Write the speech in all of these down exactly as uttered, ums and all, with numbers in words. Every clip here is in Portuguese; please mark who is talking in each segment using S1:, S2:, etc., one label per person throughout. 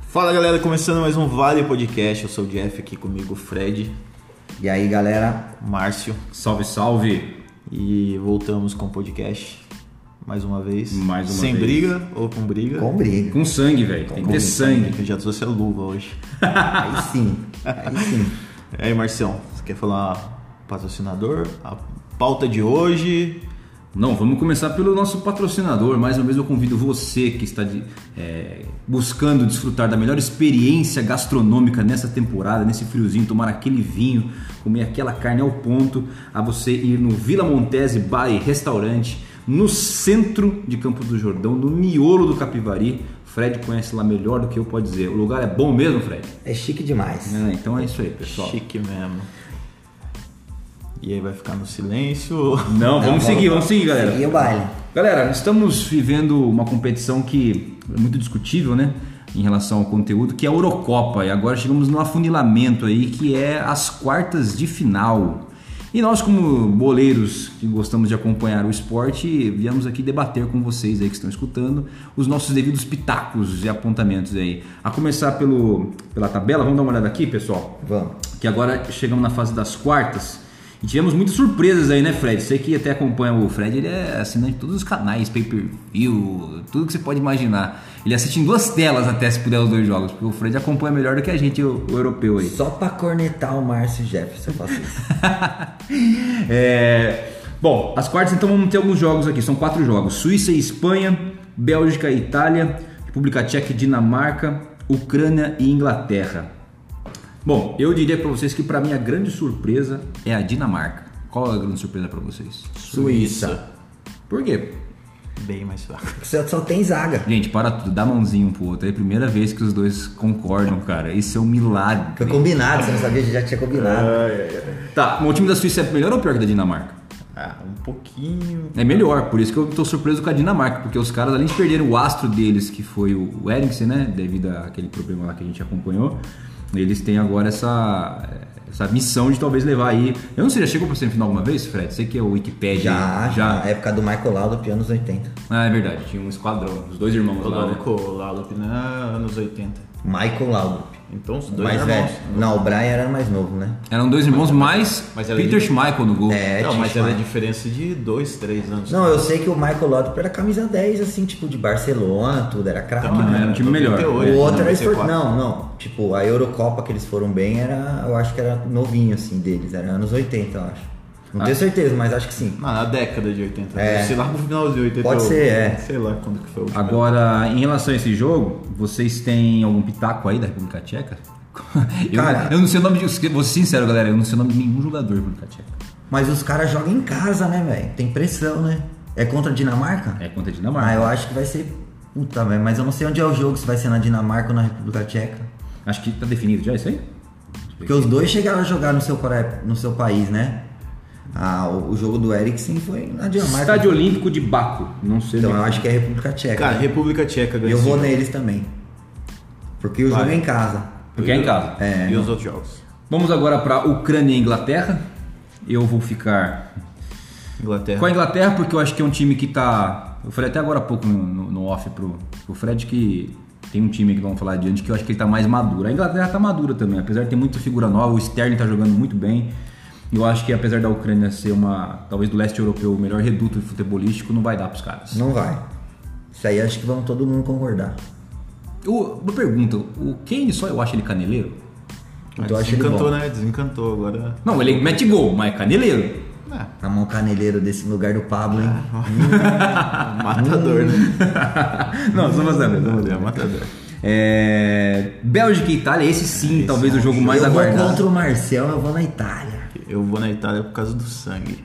S1: Fala galera, começando mais um Vale Podcast. Eu sou o Jeff, aqui comigo o Fred.
S2: E aí galera,
S1: Márcio.
S3: Salve, salve.
S1: E voltamos com o podcast mais uma vez.
S3: Mais uma
S1: Sem
S3: vez.
S1: briga ou com briga?
S2: com briga.
S3: Com sangue, velho. Tem que ter sangue.
S1: Eu já trouxe a luva hoje.
S2: Aí sim, aí sim.
S1: E aí, Marcião, você quer falar patrocinador? A pauta de hoje...
S3: Não, vamos começar pelo nosso patrocinador. Mais uma vez eu convido você que está de, é, buscando desfrutar da melhor experiência gastronômica nessa temporada, nesse friozinho, tomar aquele vinho, comer aquela carne ao ponto, a você ir no Vila Montese Bar e Restaurante, no centro de Campos do Jordão, no miolo do Capivari. Fred conhece lá melhor do que eu, pode dizer. O lugar é bom mesmo, Fred?
S2: É chique demais.
S3: É, então é isso aí, pessoal.
S1: Chique mesmo. E aí vai ficar no silêncio?
S3: Não, vamos seguir, vamos seguir, galera.
S2: Seguir o baile.
S3: Galera, estamos vivendo uma competição que é muito discutível, né? Em relação ao conteúdo, que é a Eurocopa. E agora chegamos no afunilamento aí, que é as quartas de final. E nós, como boleiros que gostamos de acompanhar o esporte, viemos aqui debater com vocês aí que estão escutando os nossos devidos pitacos e apontamentos aí. A começar pelo, pela tabela, vamos dar uma olhada aqui, pessoal?
S2: Vamos.
S3: Que agora chegamos na fase das quartas. E tivemos muitas surpresas aí, né, Fred? Você que até acompanha o Fred, ele é assinante de todos os canais, pay-per-view, tudo que você pode imaginar. Ele assiste em duas telas até, se puder, os dois jogos, porque o Fred acompanha melhor do que a gente, o, o europeu aí.
S2: Só pra cornetar o Márcio Jefferson eu faço isso.
S3: é... Bom, as quartas então vamos ter alguns jogos aqui, são quatro jogos. Suíça e Espanha, Bélgica e Itália, República Tcheca e Dinamarca, Ucrânia e Inglaterra. Bom, eu diria pra vocês que pra mim a grande surpresa é a Dinamarca. Qual é a grande surpresa pra vocês?
S2: Suíça.
S3: Por quê?
S1: Bem mais fraco.
S2: Você só tem zaga.
S3: Gente, para tudo, dá mãozinho um pro outro. É a primeira vez que os dois concordam, cara. Isso é um milagre.
S2: Foi combinado, você não sabia, a gente já tinha combinado.
S3: Tá, o time da Suíça é melhor ou pior que o da Dinamarca?
S1: Ah, um pouquinho...
S3: É melhor, por isso que eu tô surpreso com a Dinamarca, porque os caras, além de perderem o astro deles, que foi o Eriksen, né, devido àquele problema lá que a gente acompanhou, eles têm agora essa, essa missão de talvez levar aí... Eu não sei, já chegou pra semifinal alguma vez, Fred? Sei que é o Wikipedia.
S2: Já, já, na época do Michael Laudrup, anos oitenta.
S3: Ah, é verdade, tinha um esquadrão, os dois irmãos lá, né?
S1: Colocou lá, Lupina, anos oitenta.
S2: Michael Laudrup.
S1: Então os dois
S2: Mais
S1: irmãos.
S2: velho. Não, o Brian era mais novo, né?
S3: Eram dois irmãos, mais
S1: mas era
S3: Peter
S1: de-
S3: Schmeichel no gol.
S2: É,
S1: Não,
S2: tinha
S1: mas era a
S2: Schmeichel.
S1: diferença de dois, três anos.
S2: Não, eu sei que o Michael Laudrup era camisa dez, assim, tipo de Barcelona, tudo, era craque.
S1: Então,
S2: né?
S3: era um time melhor.
S2: O outro era esfor...
S1: noventa e quatro.
S2: Não, não. Tipo, a Eurocopa que eles foram bem era. Eu acho que era novinho, assim, deles. Era anos oitenta, eu acho. Não
S3: Ah.
S2: tenho certeza, mas acho que sim.
S1: Não, na década de oitenta.
S2: É.
S1: Sei lá no final de oitenta.
S2: Pode
S1: eu-
S2: ser, é.
S1: Sei lá quando que foi o último.
S3: Agora, em relação a esse jogo, vocês têm algum pitaco aí da República Tcheca? Eu,
S2: Cara-
S3: eu não sei o nome de... Vou ser sincero, galera, eu não sei o nome de nenhum jogador da República Tcheca.
S2: Mas os caras jogam em casa, né, velho? Tem pressão, né? É contra a Dinamarca?
S3: É contra a
S2: Ah,
S3: Dinamarca.
S2: eu acho que vai ser. Puta, velho. Mas eu não sei onde é o jogo, se vai ser na Dinamarca ou na República Tcheca.
S3: Acho que tá definido já isso aí?
S2: Porque os dois chegaram a jogar no seu, core- no seu país, né? Ah, o, o jogo do Eriksen foi na Dinamarca.
S3: Estádio Olímpico de Baku. Não sei.
S2: Então
S3: bem.
S2: eu acho que é a República Tcheca.
S1: Cara,
S2: né?
S1: República Tcheca ganhou.
S2: eu
S1: esse
S2: vou
S1: jogo.
S2: neles também. Porque o
S1: Vai.
S2: jogo é em casa.
S3: Porque é em casa.
S2: É.
S1: E os outros jogos?
S3: Vamos agora para Ucrânia e Inglaterra. Eu vou ficar
S1: Inglaterra.
S3: com a Inglaterra porque eu acho que é um time que tá... Eu falei até agora há pouco no, no, no off pro, pro Fred que tem um time que vamos falar adiante que eu acho que ele tá mais maduro. A Inglaterra tá madura também, apesar de ter muita figura nova, o Sterling tá jogando muito bem. Eu acho que apesar da Ucrânia ser uma, talvez do leste europeu, o melhor reduto futebolístico, não vai dar pros caras.
S2: Não vai. Isso aí acho que vão todo mundo concordar.
S3: Eu, uma pergunta, o Kane só eu acho ele caneleiro?
S1: Mas
S2: Então eu acho ele
S1: desencantou,
S2: bom.
S1: né? Desencantou agora.
S3: Não, ele mete gol, mas é caneleiro.
S1: É,
S2: Na mão caneleiro desse lugar do Pablo, hein?
S1: matador, né?
S3: Não, só fazendo,
S1: É,
S3: vamos ver.
S1: matador.
S3: É... Bélgica e Itália, esse sim,
S1: Esse
S3: talvez
S1: é
S3: o
S1: um
S3: jogo mais
S2: eu vou
S3: aguardado.
S2: contra o Marcel, eu vou na Itália.
S1: Eu vou na Itália por causa do sangue.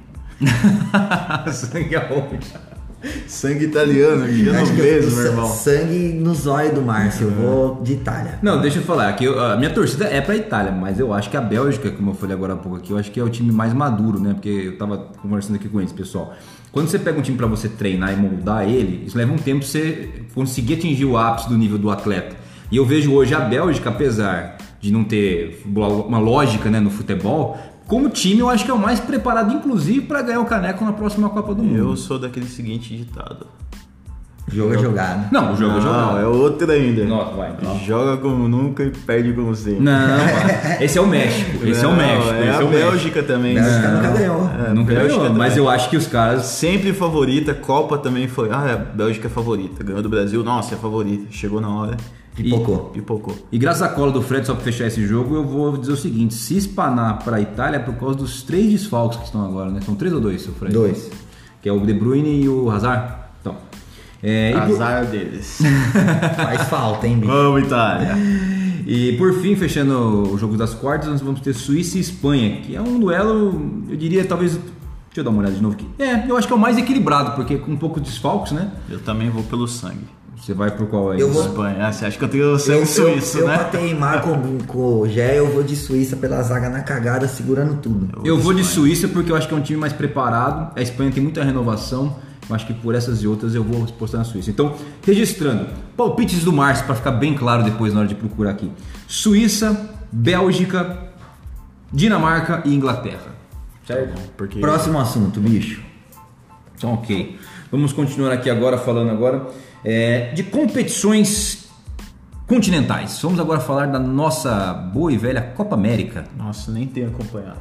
S3: Sangue aonde?
S1: Sangue italiano,
S2: Acho que eu-
S1: genovese, meu
S2: sa-
S1: irmão.
S2: Sangue no zóio do Márcio, eu vou de Itália.
S3: Não, deixa eu falar, que eu- a minha torcida é pra Itália, mas eu acho que a Bélgica, como eu falei agora há pouco aqui, eu acho que é o time mais maduro, né? Porque eu tava conversando aqui com eles, pessoal. Quando você pega um time pra você treinar e moldar ele, isso leva um tempo pra você conseguir atingir o ápice do nível do atleta. E eu vejo hoje a Bélgica, apesar de não ter uma lógica, né, no futebol, como time eu acho que é o mais preparado, inclusive, pra ganhar o caneco na próxima Copa do Mundo.
S1: Eu sou daquele seguinte ditado:
S2: Jogo é jogado.
S3: Não, o jogo
S1: Não,
S3: é jogado.
S1: é outro ainda.
S3: Nossa, vai. Então.
S1: Joga como nunca e perde como sempre.
S3: Não, esse é o México. Esse
S1: Não,
S3: é o México.
S1: É
S3: esse
S1: a
S3: é o
S1: Bélgica também.
S2: Bélgica
S1: Não.
S2: nunca ganhou.
S1: É,
S3: Nunca
S1: Bélgica
S3: ganhou, mas
S1: também.
S3: eu acho que os caras...
S1: Sempre favorita, Copa também foi. Ah, a Bélgica é favorita. Ganhou do Brasil, nossa, é favorita. Chegou na hora,
S2: Pipocou.
S1: pipocou.
S3: E graças à cola do Fred, só pra fechar esse jogo, eu vou dizer o seguinte: se espanar pra Itália é por causa dos três desfalques que estão agora, né? São três ou dois, seu Fred?
S2: Dois.
S3: Que é o De Bruyne e o Hazard. Então. É, e, por,
S1: Azar deles.
S2: Faz falta, hein, bicho?
S1: Vamos, Itália.
S3: e por fim, fechando o jogo das quartas, nós vamos ter Suíça e Espanha, que é um duelo, eu diria, talvez. Deixa eu dar uma olhada de novo aqui. É, eu acho que é o mais equilibrado, porque com um pouco de desfalques, né?
S1: Eu também vou pelo sangue.
S3: Você vai por qual aí?
S2: Eu vou-
S1: Espanha. Ah, você acha que eu tenho sangue
S2: Eu,
S1: suíço,
S2: eu, eu
S1: né?
S2: pra teimar com, com o Gé, eu vou de Suíça pela zaga na cagada, segurando tudo.
S3: Eu vou de
S1: Espanha.
S3: Suíça porque eu acho que é um time mais preparado. A Espanha tem muita renovação. Eu acho que por essas e outras eu vou postar na Suíça. Então, registrando, palpites do Márcio, para ficar bem claro depois na hora de procurar aqui: Suíça, Bélgica, Dinamarca e Inglaterra. Certo?
S1: Porque
S2: Próximo assunto, bicho.
S3: Então, ok. Vamos continuar aqui agora falando agora é, de competições continentais. Vamos agora falar da nossa boa e velha Copa América.
S1: Nossa, nem tenho acompanhado.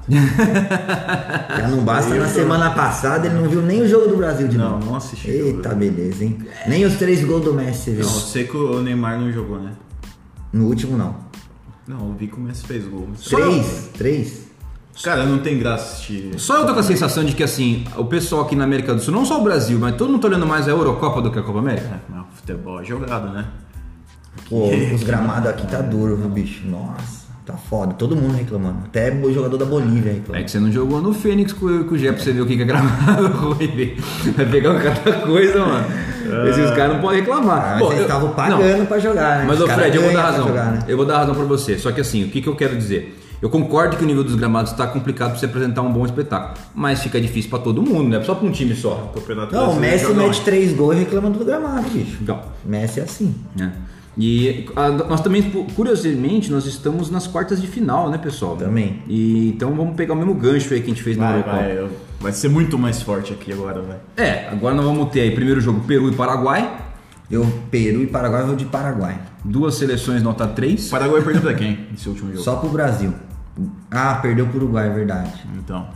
S2: Já não basta, na semana passada ele não viu nem o jogo do Brasil de
S1: Não,
S2: novo.
S1: não assisti.
S2: Eita, beleza, hein? Nem os três gols do Messi você viu.
S1: Não, eu sei que o Neymar não jogou, né?
S2: No último, não.
S1: Não, eu vi que o Messi fez gol. mas-
S2: Três? Três?
S1: Cara, não tem graça assistir.
S3: Só eu tô com a sensação de que, assim, o pessoal aqui na América do Sul, não só o Brasil, mas todo mundo tá olhando mais a Eurocopa do que a Copa América.
S1: É, mas o futebol é jogado, né?
S2: Pô, os gramados aqui tá duro, viu, bicho? Nossa, tá foda. Todo mundo reclamando. Até o jogador da Bolívia
S3: É
S2: reclamando.
S3: que você não jogou no Fênix com, com o Gé pra você ver o que que é gramado ruim, velho. Vai pegar um cada coisa, mano. Esses caras não podem reclamar.
S2: Ah, mas
S3: Bom,
S2: eles
S3: eu-
S2: estavam
S3: não,
S2: pagando pra jogar, né?
S3: Mas,
S2: Os
S3: ô
S2: caras
S3: Fred, eu vou dar
S2: ganham pra
S3: razão.
S2: jogar, né?
S3: Eu vou dar razão pra você. Só que assim, o que, que eu quero dizer? Eu concordo que o nível dos gramados está complicado para você apresentar um bom espetáculo, mas fica difícil para todo mundo, não é só para um time só.
S1: Campeonato
S2: Não, o
S1: brasileiro
S2: Messi
S1: joga
S2: mete
S1: onde?
S2: três gols e reclama do gramado, bicho.
S3: Então,
S2: Messi é assim.
S3: né? E a- nós também, curiosamente, nós estamos nas quartas de final, né, pessoal?
S2: Também.
S3: E então vamos pegar o mesmo gancho aí que a gente fez na
S1: Vai,
S3: Eurocopa.
S1: vai, eu- vai ser muito mais forte aqui agora, vai.
S3: É, agora nós vamos ter aí primeiro jogo Peru e Paraguai,
S2: Eu, Peru e Paraguai, eu vou de Paraguai.
S3: duas seleções nota três.
S1: O Paraguai perdeu pra quem nesse último jogo?
S2: Só pro Brasil. Ah, perdeu pro Uruguai, é verdade.
S1: Então,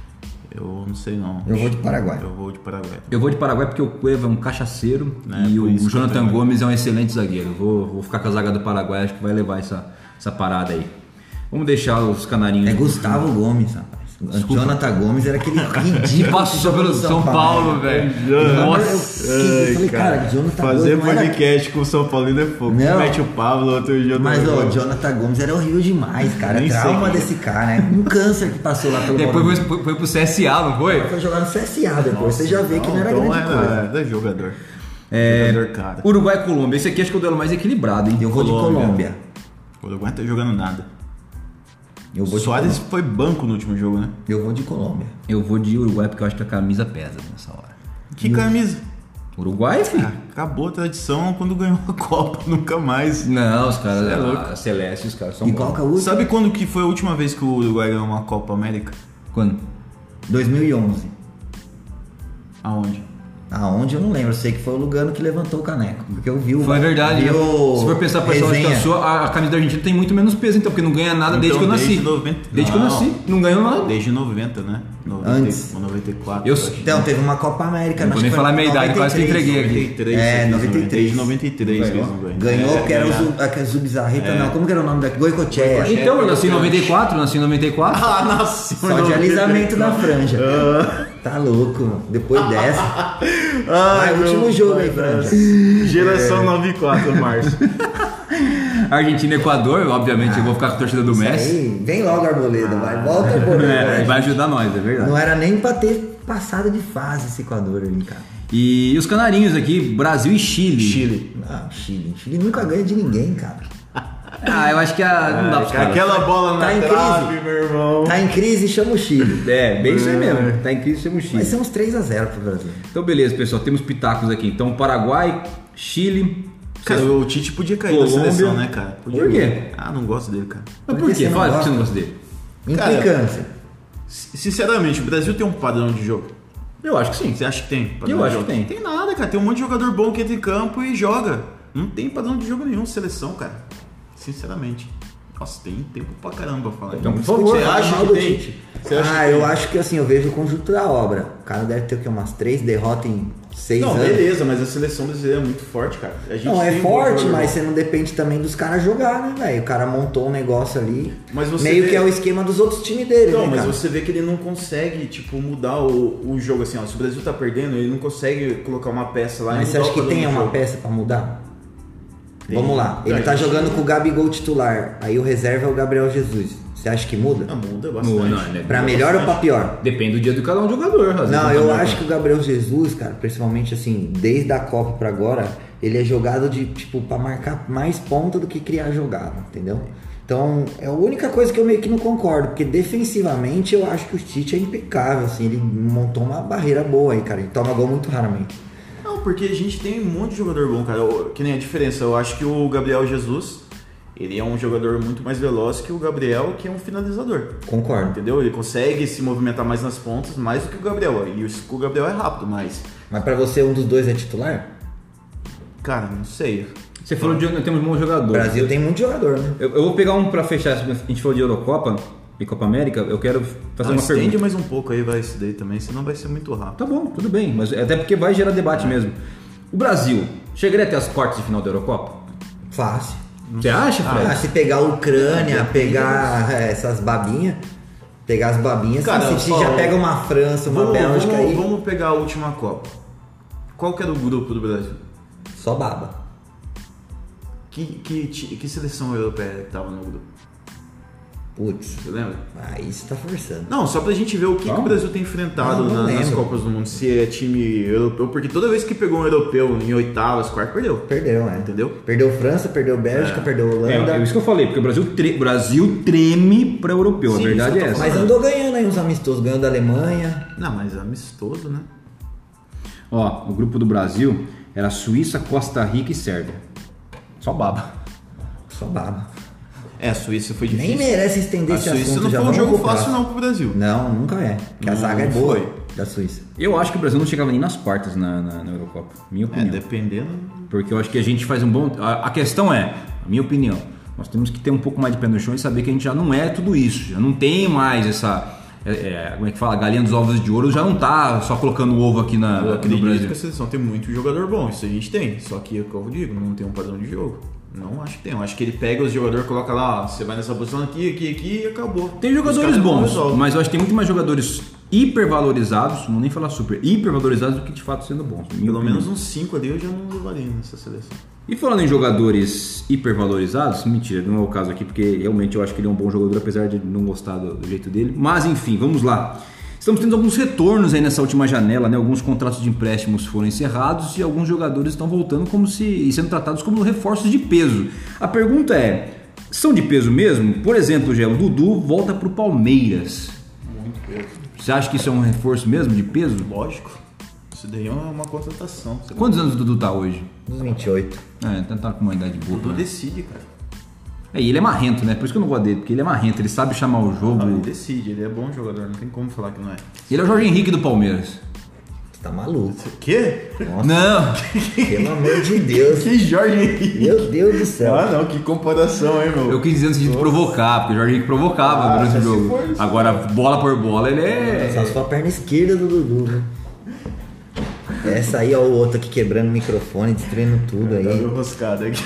S1: eu não sei não.
S2: Eu vou de Paraguai.
S1: Eu vou de Paraguai.
S3: Eu vou de Paraguai porque o Cueva é um cachaceiro
S1: É,
S3: e
S1: por
S3: o
S1: isso que eu
S3: Jonathan
S1: também.
S3: Gomes é um excelente zagueiro. Vou, vou ficar com a zaga do Paraguai, acho que vai levar essa, essa parada aí. Vamos deixar os canarinhos.
S2: É Gustavo Gomes, rapaz.
S3: Desculpa.
S2: Jonathan Gomes era aquele
S3: Que
S2: ridículo.
S3: passou pelo São Paulo, velho.
S2: Nossa, eu falei, cara, Jonathan
S1: fazer
S2: Gomes não era-
S1: podcast com o São Paulo é fogo.
S2: Não.
S1: Mete o Pablo, outro dia
S2: Mas ó, o Jonathan Gomes era horrível demais, cara.
S1: Nem sei
S2: Trauma
S1: quem é.
S2: desse cara, né? Um câncer que passou lá pelo
S3: Depois
S2: Palmeiras.
S3: foi, foi pro C S A, não foi?
S2: Foi jogar no C S A depois, você já vê que não era
S1: então
S2: grande
S1: era,
S2: coisa.
S1: era jogador.
S3: É,
S1: Jogador cara.
S3: Uruguai e Colômbia. Esse aqui acho que é o duelo mais equilibrado, hein?
S2: Eu vou de
S1: Colômbia.
S2: Colômbia.
S1: O Uruguai não tá jogando nada.
S2: Eu
S1: O
S2: vou de
S1: Soares
S2: Colômbia.
S1: foi banco no último jogo, né?
S2: Eu vou de Colômbia.
S3: Eu vou de Uruguai porque eu acho que a camisa pesa nessa hora.
S1: Que camisa?
S3: Uruguai, filho?
S1: Ah, acabou a tradição quando ganhou a Copa, nunca mais.
S3: Não, os caras,
S1: Cê é louco.
S3: a Celeste, os caras são
S2: E
S3: bons.
S2: qual que é o último?
S1: Sabe quando que foi a última vez que o Uruguai ganhou uma Copa América?
S3: Quando?
S2: dois mil e onze.
S1: Aonde?
S2: Aonde eu não lembro, eu sei que foi o Lugano que levantou o caneco. Porque eu vi o.
S3: Foi verdade,
S2: vi
S3: né?
S2: o
S3: Se for pensar por essa lógica
S2: resenha.
S3: sua, a, a camisa da Argentina tem muito menos peso, então, porque não ganha nada desde que eu
S1: Então,
S3: nasci.
S1: desde noventa
S3: Desde que eu
S1: Não.
S3: nasci, não ganhou nada.
S1: Desde noventa, né? noventa,
S2: Antes.
S1: noventa e quatro.
S3: Eu-
S1: acho.
S2: Então, teve uma Copa América.
S3: Não vou
S2: acho
S3: nem
S2: que
S3: falar a
S2: foi
S3: minha idade, quase que eu entreguei aqui.
S1: noventa e três,
S2: É,
S1: vocês
S2: noventa e
S1: ganham.
S2: três.
S1: Desde noventa e três que eles
S3: Ganhou.
S1: não ganham.
S2: Ganhou,
S1: É,
S2: que era o
S1: ganharam.
S2: Zu- aquele Zubizarreta, não. Como que era o nome daqui? Goicoechea.
S3: Então, eu nasci em noventa e quatro, nasci em noventa e quatro.
S1: Ah, nasceu
S2: Só de
S1: em
S2: alisamento na
S1: noventa e quatro.
S2: franja. Tá louco. Depois dessa.
S1: Ai,
S2: Vai,
S1: meu
S2: último jogo
S1: pai,
S2: aí, franja.
S1: Geração noventa e quatro, Márcio.
S3: Argentina e Equador, obviamente eu vou ficar com a torcida do
S2: Isso
S3: Messi.
S2: aí, vem logo, Arboleda. Vai, volta,
S3: É,
S2: Arboleda.
S3: vai ajudar nós, é verdade.
S2: Não era nem pra ter passado de fase esse Equador ali, cara.
S3: E os canarinhos aqui, Brasil e Chile.
S1: Chile.
S2: Ah, Chile. Chile nunca ganha de ninguém, cara.
S3: Ah, eu acho que a, não dá pros caras.
S1: Aquela bola na
S2: Tá em
S1: trave,
S2: crise.
S1: meu irmão.
S2: Tá em crise, chama o Chile.
S3: É, bem isso aí mesmo. Tá em crise, chama o Chile.
S2: Vai ser uns três a zero pro Brasil.
S3: Então, beleza, pessoal. Temos pitacos aqui. Então, Paraguai, Chile.
S1: Cara, o Tite podia cair
S3: Colômbia.
S1: na seleção, né, cara? Podia.
S3: Por quê?
S1: Ah, não gosto dele, cara.
S3: Mas
S2: Por
S3: por
S2: que
S3: quê?
S2: você não
S3: Fala por que
S2: gosta?
S3: você não gosta dele.
S1: Cara,
S2: Implicância.
S1: Sinceramente, o Brasil tem um padrão de jogo.
S3: Eu acho que sim.
S1: Você acha que tem?
S3: Eu acho que tem.
S1: Não tem nada, cara. Tem um monte de jogador bom que entra em campo e joga. Não tem padrão de jogo nenhum, seleção, cara. Sinceramente. Nossa, tem tempo pra caramba pra falar.
S3: Então, por favor,
S1: você acha que tem? Você acha
S2: Ah,
S1: que
S2: eu
S1: tem?
S2: acho que assim, eu vejo o conjunto da obra. O cara deve ter o quê? Umas três derrotas em seis
S1: Não,
S2: anos.
S1: beleza, mas a seleção brasileira é muito forte, cara. A gente
S2: Não, é
S1: tem um
S2: forte,
S1: jogador
S2: mas
S1: bom.
S2: você não depende também dos caras jogar, né, velho? O cara montou um negócio ali.
S1: Mas você
S2: meio
S1: vê-
S2: que é o esquema dos outros times dele,
S1: Não,
S2: né,
S1: mas
S2: cara?
S1: você vê que ele não consegue, tipo, mudar o, o jogo assim, ó. Se o Brasil tá perdendo, ele não consegue colocar uma peça lá
S2: Mas
S1: e
S2: você
S1: mudar
S2: acha
S1: o
S2: que
S1: padrão
S2: tem
S1: do
S2: uma
S1: jogo.
S2: peça pra mudar?
S1: Tem.
S2: Vamos lá. Ele
S1: Não,
S2: tá
S1: a gente-
S2: jogando com o Gabigol titular. Aí o reserva é o Gabriel Jesus. Você acha que muda?
S1: Não, muda bastante.
S3: Não, não, né?
S2: Pra melhor ou pra pior?
S3: Depende do dia do cada um jogador. às vezes
S2: Não,
S3: tá
S2: eu
S3: melhor.
S2: acho que o Gabriel Jesus, cara, principalmente assim, desde a Copa pra agora, ele é jogado de, tipo, pra marcar mais ponta do que criar jogada, entendeu? Então, é a única coisa que eu meio que não concordo, porque defensivamente eu acho que o Tite é impecável, assim, ele montou uma barreira boa aí, cara, ele toma gol muito raramente.
S1: Não, porque a gente tem um monte de jogador bom, cara. Eu- Que nem a diferença. Eu acho que o Gabriel Jesus, ele é um jogador muito mais veloz que o Gabriel, que é um finalizador.
S2: Concordo.
S1: Entendeu? Ele consegue se movimentar mais nas pontas, mais do que o Gabriel. E o Gabriel é rápido, mas...
S2: Mas pra você, um dos dois é titular?
S1: Cara, não sei.
S3: Você falou de temos um bom
S2: O
S3: jogador.
S2: Brasil tem muito jogador, né?
S3: Eu, eu vou pegar um pra fechar. A gente falou de Eurocopa e Copa América. Eu quero fazer
S1: Ah,
S3: uma
S1: estende
S3: pergunta.
S1: mais um pouco aí, vai, isso daí também, senão vai ser muito rápido.
S3: Tá bom, tudo bem. Mas até porque vai gerar debate mesmo. O Brasil chegaria até as quartas de final da Eurocopa?
S2: Fácil.
S3: Você acha, Fred?
S2: Ah, se pegar a Ucrânia, pegar é, essas babinhas, pegar as babinhas,
S1: Cara,
S2: se
S1: ó,
S2: já pega uma França, uma
S1: Vamos,
S2: Bélgica
S1: vamos,
S2: aí,
S1: vamos pegar a última Copa. Qual que era o grupo do Brasil?
S2: só baba.
S1: Que, que, ti- que seleção europeia que tava no grupo?
S2: Putz,
S1: Você lembra?
S2: aí você tá forçando.
S1: Não, só pra gente ver o que, que o Brasil tem enfrentado
S2: Não, não
S1: na- nas
S2: lembro.
S1: Copas do Mundo. Se é time europeu, porque toda vez que pegou um europeu em oitavas, quartas, perdeu.
S2: Perdeu, né?
S1: Entendeu?
S2: Perdeu França, perdeu Bélgica,
S1: É.
S2: perdeu Holanda.
S3: É, é isso que eu falei, porque o Brasil, tre- Brasil treme para europeu,
S1: Sim,
S3: a verdade
S1: isso
S3: é
S1: eu tô
S3: essa.
S2: Mas andou ganhando aí uns amistosos, ganhou da Alemanha.
S1: Não, mas é amistoso, né?
S3: Ó, o grupo do Brasil era Suíça, Costa Rica e Sérvia. Só baba.
S2: Só baba.
S1: É, a Suíça foi
S2: Nem
S1: difícil.
S2: merece estender
S1: A
S2: esse
S1: Suíça
S2: assunto.
S1: não
S2: já
S1: foi um
S2: vamos
S1: jogo
S2: pro
S1: fácil
S2: próximo.
S1: não pro Brasil.
S2: Não, nunca é. Porque a
S1: Não
S2: zaga é boa
S1: foi.
S2: da Suíça.
S3: Eu acho que o Brasil não chegava nem nas quartas na, na, na Eurocopa, minha
S1: É,
S3: opinião.
S1: dependendo.
S3: Porque eu acho que a gente faz um bom... A, a questão é, a minha opinião, nós temos que ter um pouco mais de pé no chão e saber que a gente já não é tudo isso. Já não tem mais essa... é, é, como é que fala? Galinha dos ovos de ouro já não tá só colocando ovo aqui na,
S1: Eu
S3: no
S1: acredito
S3: Brasil.
S1: que a seleção tem muito jogador bom, isso a gente tem. Só que é o que eu digo, não tem um padrão de jogo. Não acho que tem. Eu acho que ele pega os jogadores, coloca lá, ó, você vai nessa posição aqui, aqui, aqui e acabou.
S3: Tem
S1: Os
S3: jogadores
S1: caras não
S3: bons,
S1: resolvem.
S3: mas eu acho que tem muito mais jogadores hipervalorizados, não nem falar super, hipervalorizados do que de fato sendo bons. minha
S1: Pelo
S3: opinião.
S1: menos uns cinco ali eu já não levaria nessa seleção.
S3: E falando em jogadores hipervalorizados, mentira, não é o caso aqui, porque realmente eu acho que ele é um bom jogador, apesar de não gostar do, do jeito dele. Mas enfim, vamos lá. Estamos tendo alguns retornos aí nessa última janela, né? Alguns contratos de empréstimos foram encerrados e alguns jogadores estão voltando como se e sendo tratados como reforços de peso. A pergunta é, são de peso mesmo? Por exemplo, Gé, o Dudu volta para o Palmeiras.
S1: Muito peso.
S3: Você acha que isso é um reforço mesmo de peso?
S1: Lógico. Isso daí é uma contratação. Você
S3: Quantos anos o Dudu tá hoje?
S2: Uns vinte e oito.
S3: É, tá, tá com uma idade
S1: O
S3: boa.
S1: Dudu
S3: Né?
S1: decide, cara.
S3: É, e ele é marrento, né? Por isso que eu não gosto dele, porque ele é marrento, ele sabe chamar o jogo.
S1: Não, ele
S3: ele...
S1: decide, ele é bom jogador, não tem como falar que não é.
S3: ele é o Jorge Henrique do Palmeiras.
S2: Você tá maluco.
S1: O quê?
S2: Nossa,
S3: Não!
S2: pelo amor de Deus.
S1: Que Jorge Henrique?
S2: Meu Deus do céu.
S1: Ah, não, que comparação, hein, meu?
S3: Eu quis dizer no sentido de provocar, porque o Jorge Henrique provocava
S1: Ah,
S3: durante o
S1: se
S3: jogo.
S1: for isso.
S3: Agora, bola por bola, ele é.
S2: Só se for a perna esquerda do Dudu, né? Essa aí, ó, o outro aqui quebrando o microfone, destruindo tudo
S1: Tá
S2: aí.
S1: meio roscado aqui.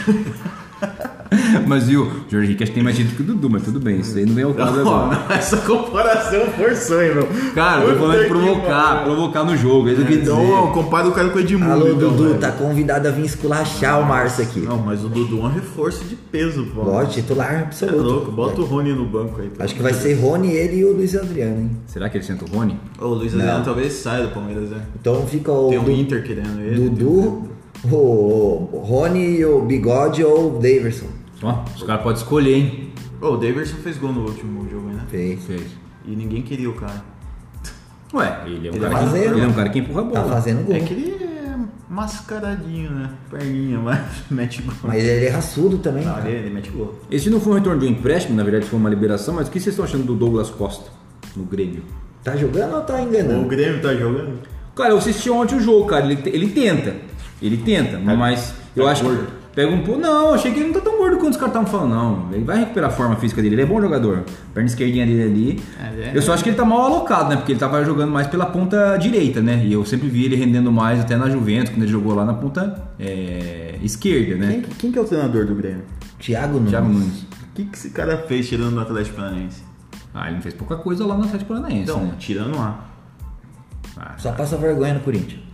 S3: Mas viu, o Jorge Henrique acho que tem mais título que o Dudu, mas tudo bem, isso aí não é o caso
S1: Não,
S3: agora.
S1: não, essa comparação forçou, hein, meu?
S3: Cara, eu tô falando de
S1: Puta que
S3: provocar,
S1: pariu.
S3: provocar no jogo, é isso que eu quis dizer.
S1: Então, compara o cara com o Edmundo.
S2: Alô,
S1: então,
S2: Dudu,
S1: velho.
S2: tá convidado a vir esculachar o Márcio aqui.
S1: Não, mas o Dudu é um reforço de peso, pô.
S2: Pode, titular
S1: Você é
S2: absoluto.
S1: louco, bota o Rony no banco aí. pô.
S2: Acho que vai ser Rony, ele e o Luiz Adriano, hein?
S3: Será que ele senta o Rony?
S1: Ô, o Luiz
S2: Não.
S1: Adriano talvez saia do Palmeiras, né?
S2: Então fica o
S1: Tem um
S2: Du-
S1: Inter querendo ele.
S2: Dudu, o, o Rony, o Bigode ou o Daverson.
S3: Ó, os caras podem escolher, hein?
S1: Ô, o Daverson fez gol no último jogo, né?
S2: Fez.
S3: Fez.
S1: E ninguém queria o cara.
S3: Ué, ele é um,
S1: Ele
S3: cara,
S2: tá
S3: que,
S2: fazendo.
S3: ele é um cara que empurra a bola.
S2: Tá fazendo gol.
S1: É que ele é mascaradinho, né? Perninha, mas mete gol.
S2: Mas ele é raçudo também,
S1: Não,
S2: cara.
S1: ele, ele mete gol.
S3: Esse não foi um retorno de um empréstimo, na verdade foi uma liberação, mas o que vocês estão achando do Douglas Costa no Grêmio?
S2: Tá jogando ou tá
S1: O
S2: enganando?
S1: Grêmio tá jogando?
S3: Cara, eu assisti ontem o jogo, cara. Ele, ele tenta. Ele tenta,
S1: Tá-
S3: mas eu
S1: tá
S3: acho
S1: gordo?
S3: que pega um pouco. Não, achei que ele não tá tão gordo quanto os caras estavam falando, não. Ele vai recuperar a forma física dele. Ele é bom jogador. Perna esquerdinha dele ali.
S1: É, é.
S3: Eu só acho que ele tá mal alocado, né? Porque ele tava jogando mais pela ponta direita, né? E eu sempre vi ele rendendo mais até na Juventus, quando ele jogou lá na ponta é, esquerda, né?
S1: Quem, quem que é o treinador do Grêmio?
S2: Thiago Nunes.
S3: Thiago Nunes.
S1: O que, que esse cara fez tirando no Atlético Paranaense?
S3: Ah, ele não fez pouca coisa lá no Atlético Paranaense,
S1: Então,
S3: né?
S1: tirando lá.
S3: Ah,
S2: Só passa vergonha no Corinthians.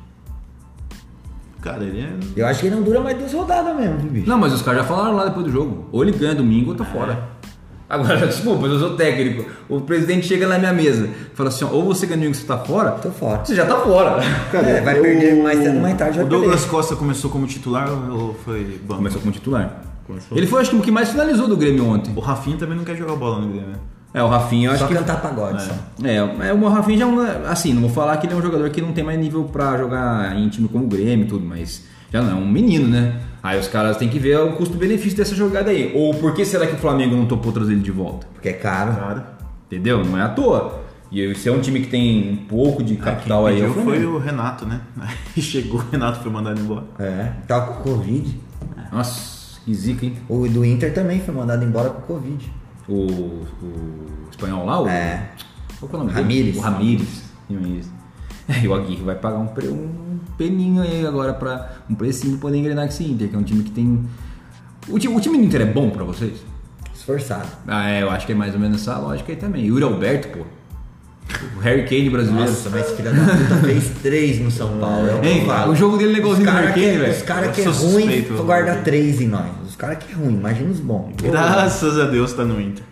S1: Cara, ele é...
S2: Eu acho que ele não dura mais duas rodadas mesmo, viu, bicho?
S3: Não, mas os caras já falaram lá depois do jogo. Ou ele ganha domingo ou tá fora. Agora, desculpa, eu sou técnico. O presidente chega na minha mesa e fala assim: ó, ou você ganha domingo você tá fora,
S2: Tô fora.
S3: você já tá fora.
S2: É, vai perder mais cedo, mais tarde, vai
S1: O Douglas
S2: perder.
S1: Costa começou como titular ou foi banco?
S3: Começou como titular.
S1: Começou.
S3: Ele foi, acho que, o que mais finalizou do Grêmio ontem.
S1: O Rafinha também não quer jogar bola no Grêmio, né?
S3: É, o Rafinha, eu acho
S2: Só
S3: que.
S2: cantar pagode,
S1: É.
S2: só.
S3: É, é, o Rafinha já é um. Assim, não vou falar que ele é um jogador que não tem mais nível pra jogar em time como o Grêmio e tudo, mas já não é um menino, né? Aí os caras têm que ver o custo-benefício dessa jogada aí. Ou por que será que o Flamengo não topou trazer ele de volta?
S2: Porque é caro.
S1: Cara,
S3: Entendeu? Não é à toa. E se é um time que tem um pouco de capital aí, é
S1: quem
S3: o
S1: pediu foi
S3: Flamengo.
S1: o Renato, né? Aí chegou o Renato, foi mandado embora.
S2: É. Tava com Covid.
S3: Nossa, que zica, hein?
S2: O do Inter também foi mandado embora com Covid.
S3: O, o espanhol lá? O,
S2: É.
S3: Qual que é o nome dele?
S2: Ramírez.
S3: O Ramírez. Ramírez. É, e o Aguirre vai pagar um, pre- um peninho aí agora pra um precinho pra poder engrenar com esse Inter, que é um time que tem... O time, o time do Inter é bom pra vocês?
S2: Esforçado.
S3: Ah, é, eu acho que é mais ou menos essa lógica aí também. Yuri Alberto, pô. O Harry Kane brasileiro.
S2: Nossa, mas filha da puta fez três no São Paulo. É o que
S3: Hein,
S2: eu falo.
S3: o jogo dele é igualzinho
S2: Os
S3: do
S2: cara
S3: Harry
S2: que,
S3: Kane, velho.
S2: Os caras que é
S1: Eu sou
S2: ruim,
S1: suspeito,
S2: tu guarda
S1: velho.
S2: três em nós. Os caras que é ruim, imagina os bons.
S1: Graças a Deus tá no Inter.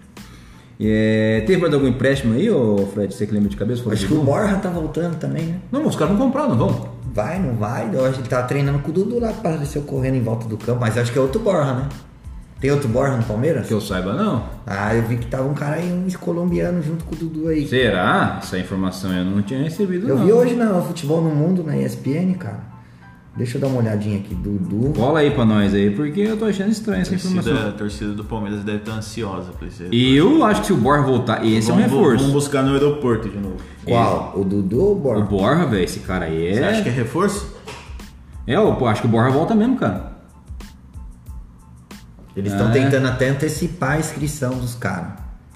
S3: É, teve mais algum empréstimo aí, ô Fred? Você que lembra de cabeça? Fora
S2: Acho
S3: do
S2: que o
S3: gol?
S2: Borja tá voltando também, né?
S3: Não, os caras vão comprar, não vão?
S2: Vai, não vai? Eu acho que ele tava treinando com o Dudu lá, apareceu correndo em volta do campo, mas acho que é outro Borja, né? Tem outro Borja no Palmeiras?
S3: Que eu saiba, não.
S2: Ah, eu vi que tava um cara aí, um colombiano junto com o Dudu aí.
S3: Será? Essa informação eu não tinha recebido,
S2: Eu
S3: não.
S2: vi hoje na Futebol no Mundo, na E S P N, cara. Deixa eu dar uma olhadinha aqui, Dudu.
S3: Cola aí pra nós aí, porque eu tô achando estranha essa
S1: A
S3: informação.
S1: torcida, a torcida do Palmeiras deve estar ansiosa pra esse
S3: E eu acho que se o Borja voltar, esse é um
S1: Vamos-
S3: reforço.
S1: Vamos buscar no aeroporto de novo.
S2: Qual? O Dudu ou o
S3: O
S2: Borja?
S3: Borja, velho, esse cara aí
S1: Você acha
S3: é...
S1: que é reforço?
S3: É, eu pô, acho que o Borja volta mesmo, cara.
S2: Eles estão
S3: É.
S2: tentando até antecipar a inscrição dos caras.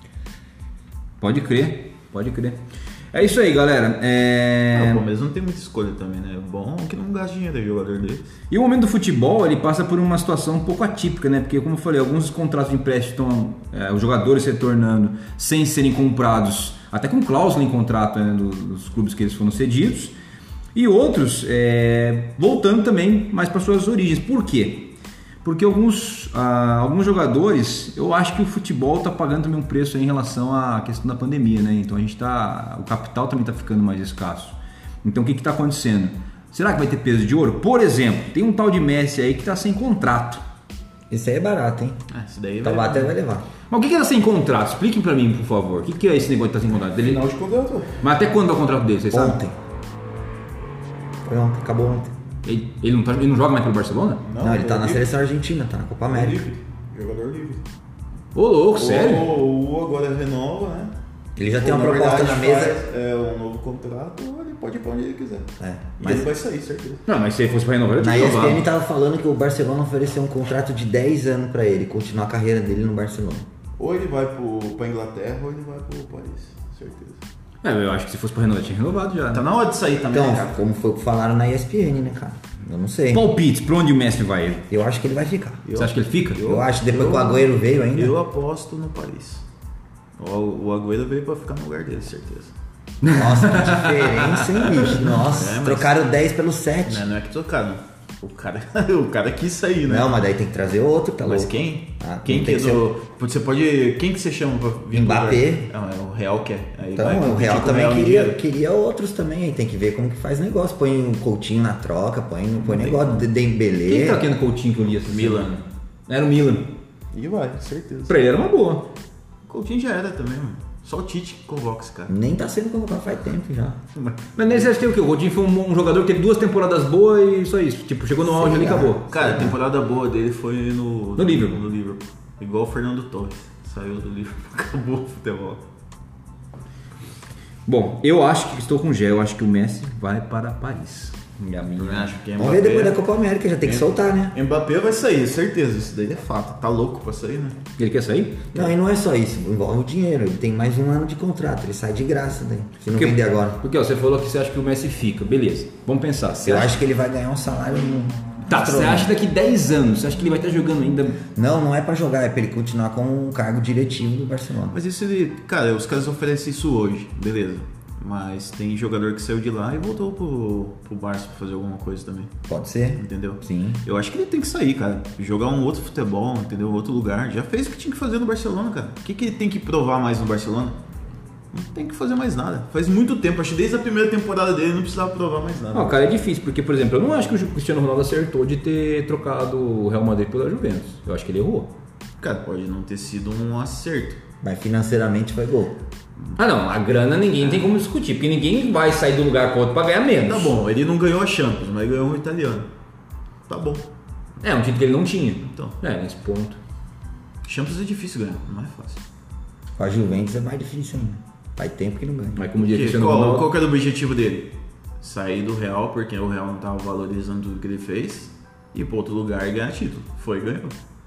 S3: Pode crer, pode crer. É isso aí, galera. É...
S1: Ah, o Palmeiras não tem muita escolha também, né? É bom que não gaste dinheiro de jogador dele.
S3: E o momento do futebol, ele passa por uma situação um pouco atípica, né? Porque, como eu falei, alguns contratos de empréstimo estão, é, os jogadores se retornando sem serem comprados, até com cláusula em contrato, né, do- dos clubes que eles foram cedidos, e outros é, voltando também mais para suas origens. Por quê? Porque alguns, ah, alguns jogadores, eu acho que o futebol está pagando também um preço aí em relação à questão da pandemia, né? Então a gente tá, o capital também está ficando mais escasso. Então o que está acontecendo? Será que vai ter peso de ouro? Por exemplo, tem um tal de Messi aí que está sem contrato.
S2: Esse aí é barato, hein?
S1: Ah, esse daí
S2: Taubaté vai levar.
S3: Mas o que que é sem contrato? Expliquem pra mim, por favor. O que que é esse negócio de estar sem contrato? Ele...
S1: Final de contrato.
S3: Mas até quando é o contrato dele, vocês sabem?
S2: Ontem. Foi ontem, acabou ontem.
S3: Ele, ele não tá- ele não joga mais pelo Barcelona?
S2: Não, ele tá na
S1: livre.
S2: seleção argentina, tá na Copa América.
S1: Livre. Jogador livre.
S3: Ô, louco, sério?
S1: Ou, ou agora renova, né?
S2: Ele já tem
S1: Ou,
S2: uma proposta
S1: verdade,
S2: na mesa.
S1: faz, é, um novo contrato, ou ele pode ir pra onde ele quiser.
S2: É,
S1: E
S2: mas-
S1: ele vai sair, certeza.
S3: Não, mas se ele fosse pra renovar, ele
S2: Na
S3: tinha
S2: E S P N
S3: renovado.
S2: tava falando que o Barcelona ofereceu um contrato de dez anos pra ele, continuar a carreira dele no Barcelona.
S1: Ou ele vai pro, pra Inglaterra, ou ele vai pro Paris, certeza.
S3: É, eu acho que se fosse pra renovar, tinha renovado já.
S1: Tá na hora de sair também,
S2: Então,
S1: né, cara?
S2: como foi o que falaram na E S P N, né, cara? Eu não sei.
S3: Palpites, pra onde o Messi vai?
S2: Eu acho que ele vai ficar.
S1: Eu-
S3: Você acha que ele fica?
S2: Eu acho, depois que o Agüero veio ainda.
S1: Eu aposto no Paris. O, o Agüero veio pra ficar no lugar dele, certeza.
S2: Nossa, que diferença, hein, bicho? Nossa,
S1: É, mas-
S2: trocaram dez pelo sete.
S1: Não, não é que trocaram. O cara, o cara quis sair, né?
S2: Não, mas daí tem que trazer outro, tá
S1: Mas
S2: louco?
S1: quem?
S2: Ah,
S1: quem
S2: não
S1: que
S2: tem
S1: é
S2: que
S1: do. Você pode. Quem que você chama pra vir pro
S2: Mbappé.
S1: lugar? Não, é o Real que é. Aí
S2: Então,
S1: vai
S2: o
S1: competir
S2: Real
S1: com o
S2: também
S1: Real
S2: queria,
S1: Mineiro.
S2: queria outros também, aí tem que ver como que faz negócio. Põe um Coutinho na troca, põe, põe negócio de Dembélé.
S3: Quem tá aqui no Coutinho que eu li essa
S1: Milan.
S3: semana? Era o Milan.
S1: E vai, certeza.
S3: Pra ele era uma boa.
S1: O Coutinho já era também, mano. Só o Tite que convoca esse cara.
S2: Nem tá sendo convocado faz tempo já.
S3: Mas nesse acho que tem o quê? O Coutinho foi um, um jogador que teve duas temporadas boas e só isso. Tipo, chegou no auge ali e
S2: Sei lá.
S3: acabou.
S1: Cara, a temporada boa dele foi no.
S3: No Liverpool.
S1: No Liverpool. Igual o Fernando Torres. Saiu do Liverpool, acabou o futebol.
S3: Bom, eu acho que estou com o Gé, eu acho que o Messi vai para Paris. Minha
S1: Eu
S3: minha.
S1: acho que
S2: Vamos ver depois da Copa América, já tem que soltar, né?
S1: Mbappé vai sair, certeza. Isso daí é fato. Tá louco pra sair, né?
S3: Ele quer sair?
S2: Não, e não é só isso, envolve o dinheiro. Ele tem mais um ano de contrato, ele sai de graça daí, se não
S3: Porque-
S2: vender agora.
S3: Porque ó, você falou que você acha que o Messi fica, beleza. Vamos pensar. Você
S2: Eu
S3: acha...
S2: acho que ele vai ganhar um salário.
S3: Tá, você acha que daqui dez anos, você acha que ele vai estar jogando ainda?
S2: Não, não é pra jogar, é pra ele continuar com um cargo diretivo do Barcelona.
S1: Mas isso ele. Cara, os caras oferecem isso hoje, beleza. Mas tem jogador que saiu de lá e voltou pro, pro Barça pra fazer alguma coisa também.
S2: Pode ser?
S1: Entendeu?
S2: Sim.
S1: Eu acho que ele tem que sair, cara. Jogar um outro futebol, entendeu? Outro lugar. Já fez o que tinha que fazer no Barcelona, cara. O que, que ele tem que provar mais no Barcelona? Não tem que fazer mais nada. Faz muito tempo. Acho que desde a primeira temporada dele não precisava provar mais nada.
S3: Não, cara, é difícil, porque, por exemplo, eu não acho que o Cristiano Ronaldo acertou de ter trocado o Real Madrid pela Juventus. Eu acho que ele errou.
S1: Cara, pode não ter sido um acerto.
S2: Mas financeiramente foi gol.
S3: Ah, não, a grana ninguém tem como discutir, porque ninguém vai sair do lugar pro outro pra ganhar menos.
S1: Tá bom, ele não ganhou a Champions, mas ganhou um italiano. Tá bom.
S3: É, um título que ele não tinha.
S1: Então.
S3: É, nesse ponto.
S1: Champions é difícil ganhar, não é fácil.
S2: Com a Juventus é mais difícil ainda. Faz tempo que não ganha.
S3: Mas como diz o
S1: Que-
S3: Cristiano
S1: qual,
S3: Ronaldo...
S1: qual que era o objetivo dele? Sair do Real, porque o Real não tava valorizando tudo que ele fez, e ir pra outro lugar e ganhar título. Foi e ganhou.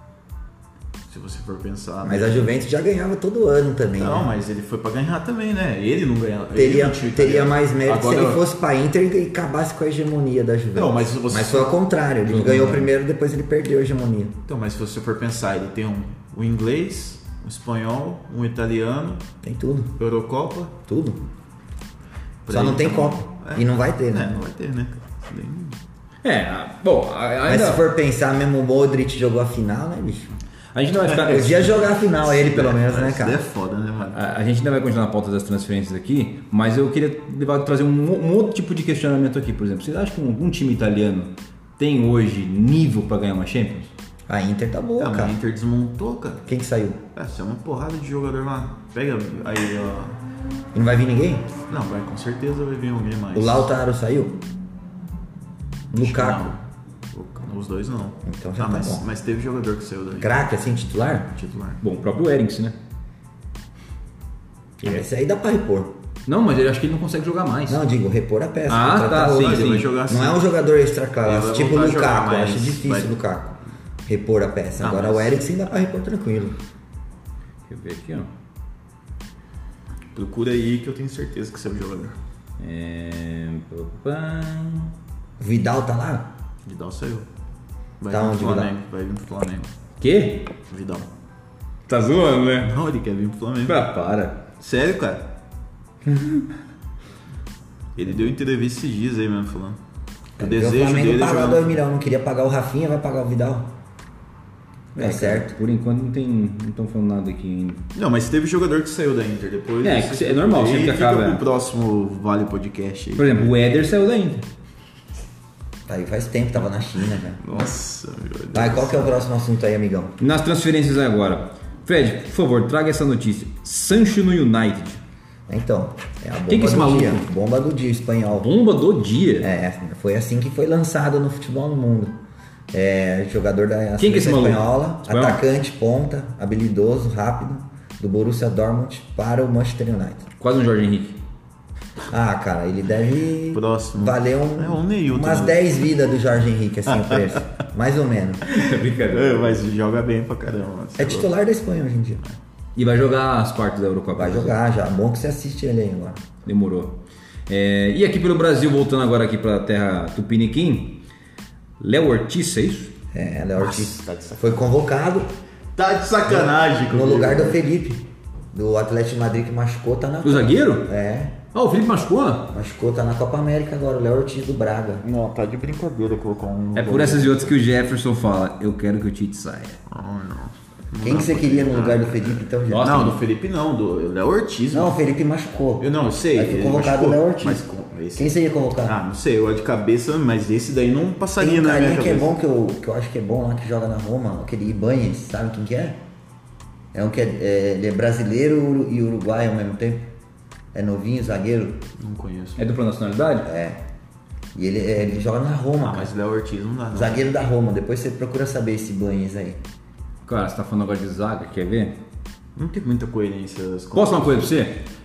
S1: Se você for pensar.
S2: Mas a Juventus já ganhava todo ano também.
S1: Não,
S2: né?
S1: mas ele foi pra ganhar também, né? Ele não ganhava. ele
S2: Teria,
S1: não tinha
S2: teria
S1: italiano.
S2: mais mérito
S1: Agora,
S2: se ele fosse pra Inter e acabasse com a hegemonia da Juventus.
S1: Não, mas você-
S2: foi ao contrário. Ele
S3: Não,
S2: ganhou
S3: não.
S2: primeiro, depois ele perdeu a hegemonia.
S1: Então, mas se você for pensar, ele tem um, um inglês, um espanhol, um italiano,
S2: Tem tudo.
S1: Eurocopa.
S2: Tudo.
S1: Por
S2: Só
S1: aí,
S2: não tem
S1: então-
S2: Copa.
S1: É.
S2: E não vai ter,
S1: É,
S2: né?
S1: não vai ter, né? Isso daí não-
S3: É, ah, bom, a-
S2: Mas
S3: ainda...
S2: se for pensar, mesmo o Modric jogou a final, né, bicho?
S3: A gente não vai ficar...
S2: Podia jogar a final, ele pelo menos, né,
S1: Isso daí é
S2: cara?
S1: foda, né, mano?
S3: A, a gente ainda vai continuar na pauta das transferências aqui, mas eu queria levar, trazer um, um outro tipo de questionamento aqui, por exemplo. Vocês acham que um, um time italiano tem hoje nível pra ganhar uma Champions?
S2: A Inter tá boa,
S1: Ah, mas
S2: cara.
S1: a Inter desmontou, cara.
S2: Quem que saiu?
S1: É, você é uma porrada de jogador lá. Pega aí, ó.
S2: E não vai vir ninguém?
S1: Não, vai, com certeza vai vir alguém mais.
S2: O Lautaro saiu?
S1: Acho que
S2: Lukaku?
S1: não. O- Os dois não.
S2: Então já
S1: ah,
S2: tá
S1: mas,
S2: bom.
S1: mas teve jogador que saiu daí.
S2: Craque, assim, titular?
S1: Titular.
S3: Bom, o próprio Eriksen, né?
S2: Esse aí dá pra repor.
S3: Não, mas ele acho que ele não consegue jogar mais.
S2: Não, digo, repor a peça.
S3: Ah,
S2: contratar
S3: tá,
S2: outro.
S3: sim,
S1: ele
S3: sim.
S1: vai jogar assim.
S2: Não é um jogador extra
S1: Ele
S2: classe,
S1: vai
S2: tipo o
S1: voltar a jogar,
S2: Lukaku. Eu
S1: mas
S2: acho difícil
S1: vai-
S2: o Lukaku repor a peça.
S1: Ah,
S2: Agora
S1: mas-
S2: o Eriksen dá pra repor tranquilo.
S3: Deixa eu ver aqui, ó.
S1: Procura aí que eu tenho certeza que você é o jogador.
S3: É... pá.
S2: O Vidal tá lá?
S1: Vidal saiu. Vai
S2: Tá
S1: vir
S2: onde,
S1: pro
S2: Vidal?
S1: Flamengo. Vai vir pro Flamengo.
S3: Quê?
S1: Vidal.
S3: Tá zoando, né?
S1: Não, ele quer vir pro Flamengo.
S3: Ah, para.
S1: Sério, cara? Ele deu entrevista esses dias aí mesmo falando. O
S2: Porque
S1: desejo
S2: o Flamengo
S1: dele é
S2: pagar
S1: jogar
S2: dois
S1: no...
S2: milhões, não queria pagar o Rafinha, vai pagar o Vidal. Tá
S3: É,
S2: certo.
S3: cara, por enquanto não tem, não estão falando nada aqui ainda.
S1: Não, mas teve jogador que saiu da Inter depois.
S3: É,
S1: você-
S3: que é normal,
S1: E
S3: sempre que
S1: fica
S3: acaba,
S1: pro
S3: é.
S1: próximo Vale Podcast aí.
S3: Por exemplo, o Éder saiu da Inter.
S2: Aí faz tempo, tava na China, cara.
S1: Nossa, meu Deus.
S2: Vai, qual que é o próximo assunto aí, amigão?
S3: Nas transferências agora. Fred, por favor, traga essa notícia. Sancho no United.
S2: Então, é a bomba
S3: Quem que é esse
S2: do
S3: maluco?
S2: dia. Bomba do dia, espanhol.
S3: Bomba do dia.
S2: É, foi assim que foi lançado no futebol no mundo. É, jogador da
S3: Quem que é esse
S2: seleção
S3: maluco?
S2: espanhola,
S3: Espanhol?
S2: atacante, ponta, habilidoso, rápido, do Borussia Dortmund para o Manchester United.
S3: Quase um Jorge Henrique.
S2: Ah, cara, ele deve
S1: Próximo.
S2: valer um,
S1: É o Neilton,
S2: umas
S1: né?
S2: dez vidas do Jorge Henrique, assim, o preço. Mais ou menos.
S3: Brincadeira.
S1: É, mas joga bem pra caramba.
S2: É titular da Espanha hoje em dia.
S3: E vai jogar as quartas da Eurocopa.
S2: Vai jogar já. Bom que você assiste ele aí agora.
S3: Demorou. É, e aqui pelo Brasil, voltando agora aqui pra terra Tupiniquim, Léo Ortiz, é isso?
S2: É, Léo
S1: Nossa,
S2: Ortiz
S1: tá de sacanagem.
S2: foi convocado
S1: Tá de sacanagem
S2: no
S1: comigo.
S2: lugar do Felipe, do Atlético de Madrid, que machucou, tá na
S3: O zagueiro?
S2: É,
S3: Ah, o Felipe machucou?
S2: machucou, tá na Copa América agora, o Léo Ortiz do Braga.
S1: Não, tá de brincadeira colocar um...
S3: É por essas e outras que o Jefferson fala, eu quero que o Tite saia.
S1: Não, não.
S2: Quem que você queria no lugar do Felipe, então, já?
S3: Nossa,
S1: Não, do Felipe não, do Léo Ortiz.
S2: Não, o Felipe machucou.
S1: Eu não, eu sei.
S2: Aí foi
S1: ele
S2: convocado
S1: machucou,
S2: o Léo Ortiz.
S1: Mas com esse...
S2: Quem você ia convocar?
S1: Ah, não sei, eu de cabeça, mas esse daí não passaria
S2: Tem um
S1: na minha
S2: carinha que
S1: cabeça.
S2: é bom, que eu, que eu acho que é bom lá, que joga na Roma, aquele Ibanez, sabe quem que é? É um que é, é- ele é brasileiro e uruguaio ao mesmo tempo. É novinho, zagueiro.
S1: Não conheço.
S3: É dupla nacionalidade?
S2: É. E ele, é- ele joga na Roma,
S1: Ah,
S2: cara.
S1: mas Léo Ortiz não dá, não.
S2: Zagueiro da Roma, depois você procura saber esse Ibanez aí.
S3: Cara, você tá falando agora de zaga, quer ver?
S1: Não tem muita coerência as
S3: Posso falar uma coisa pra você?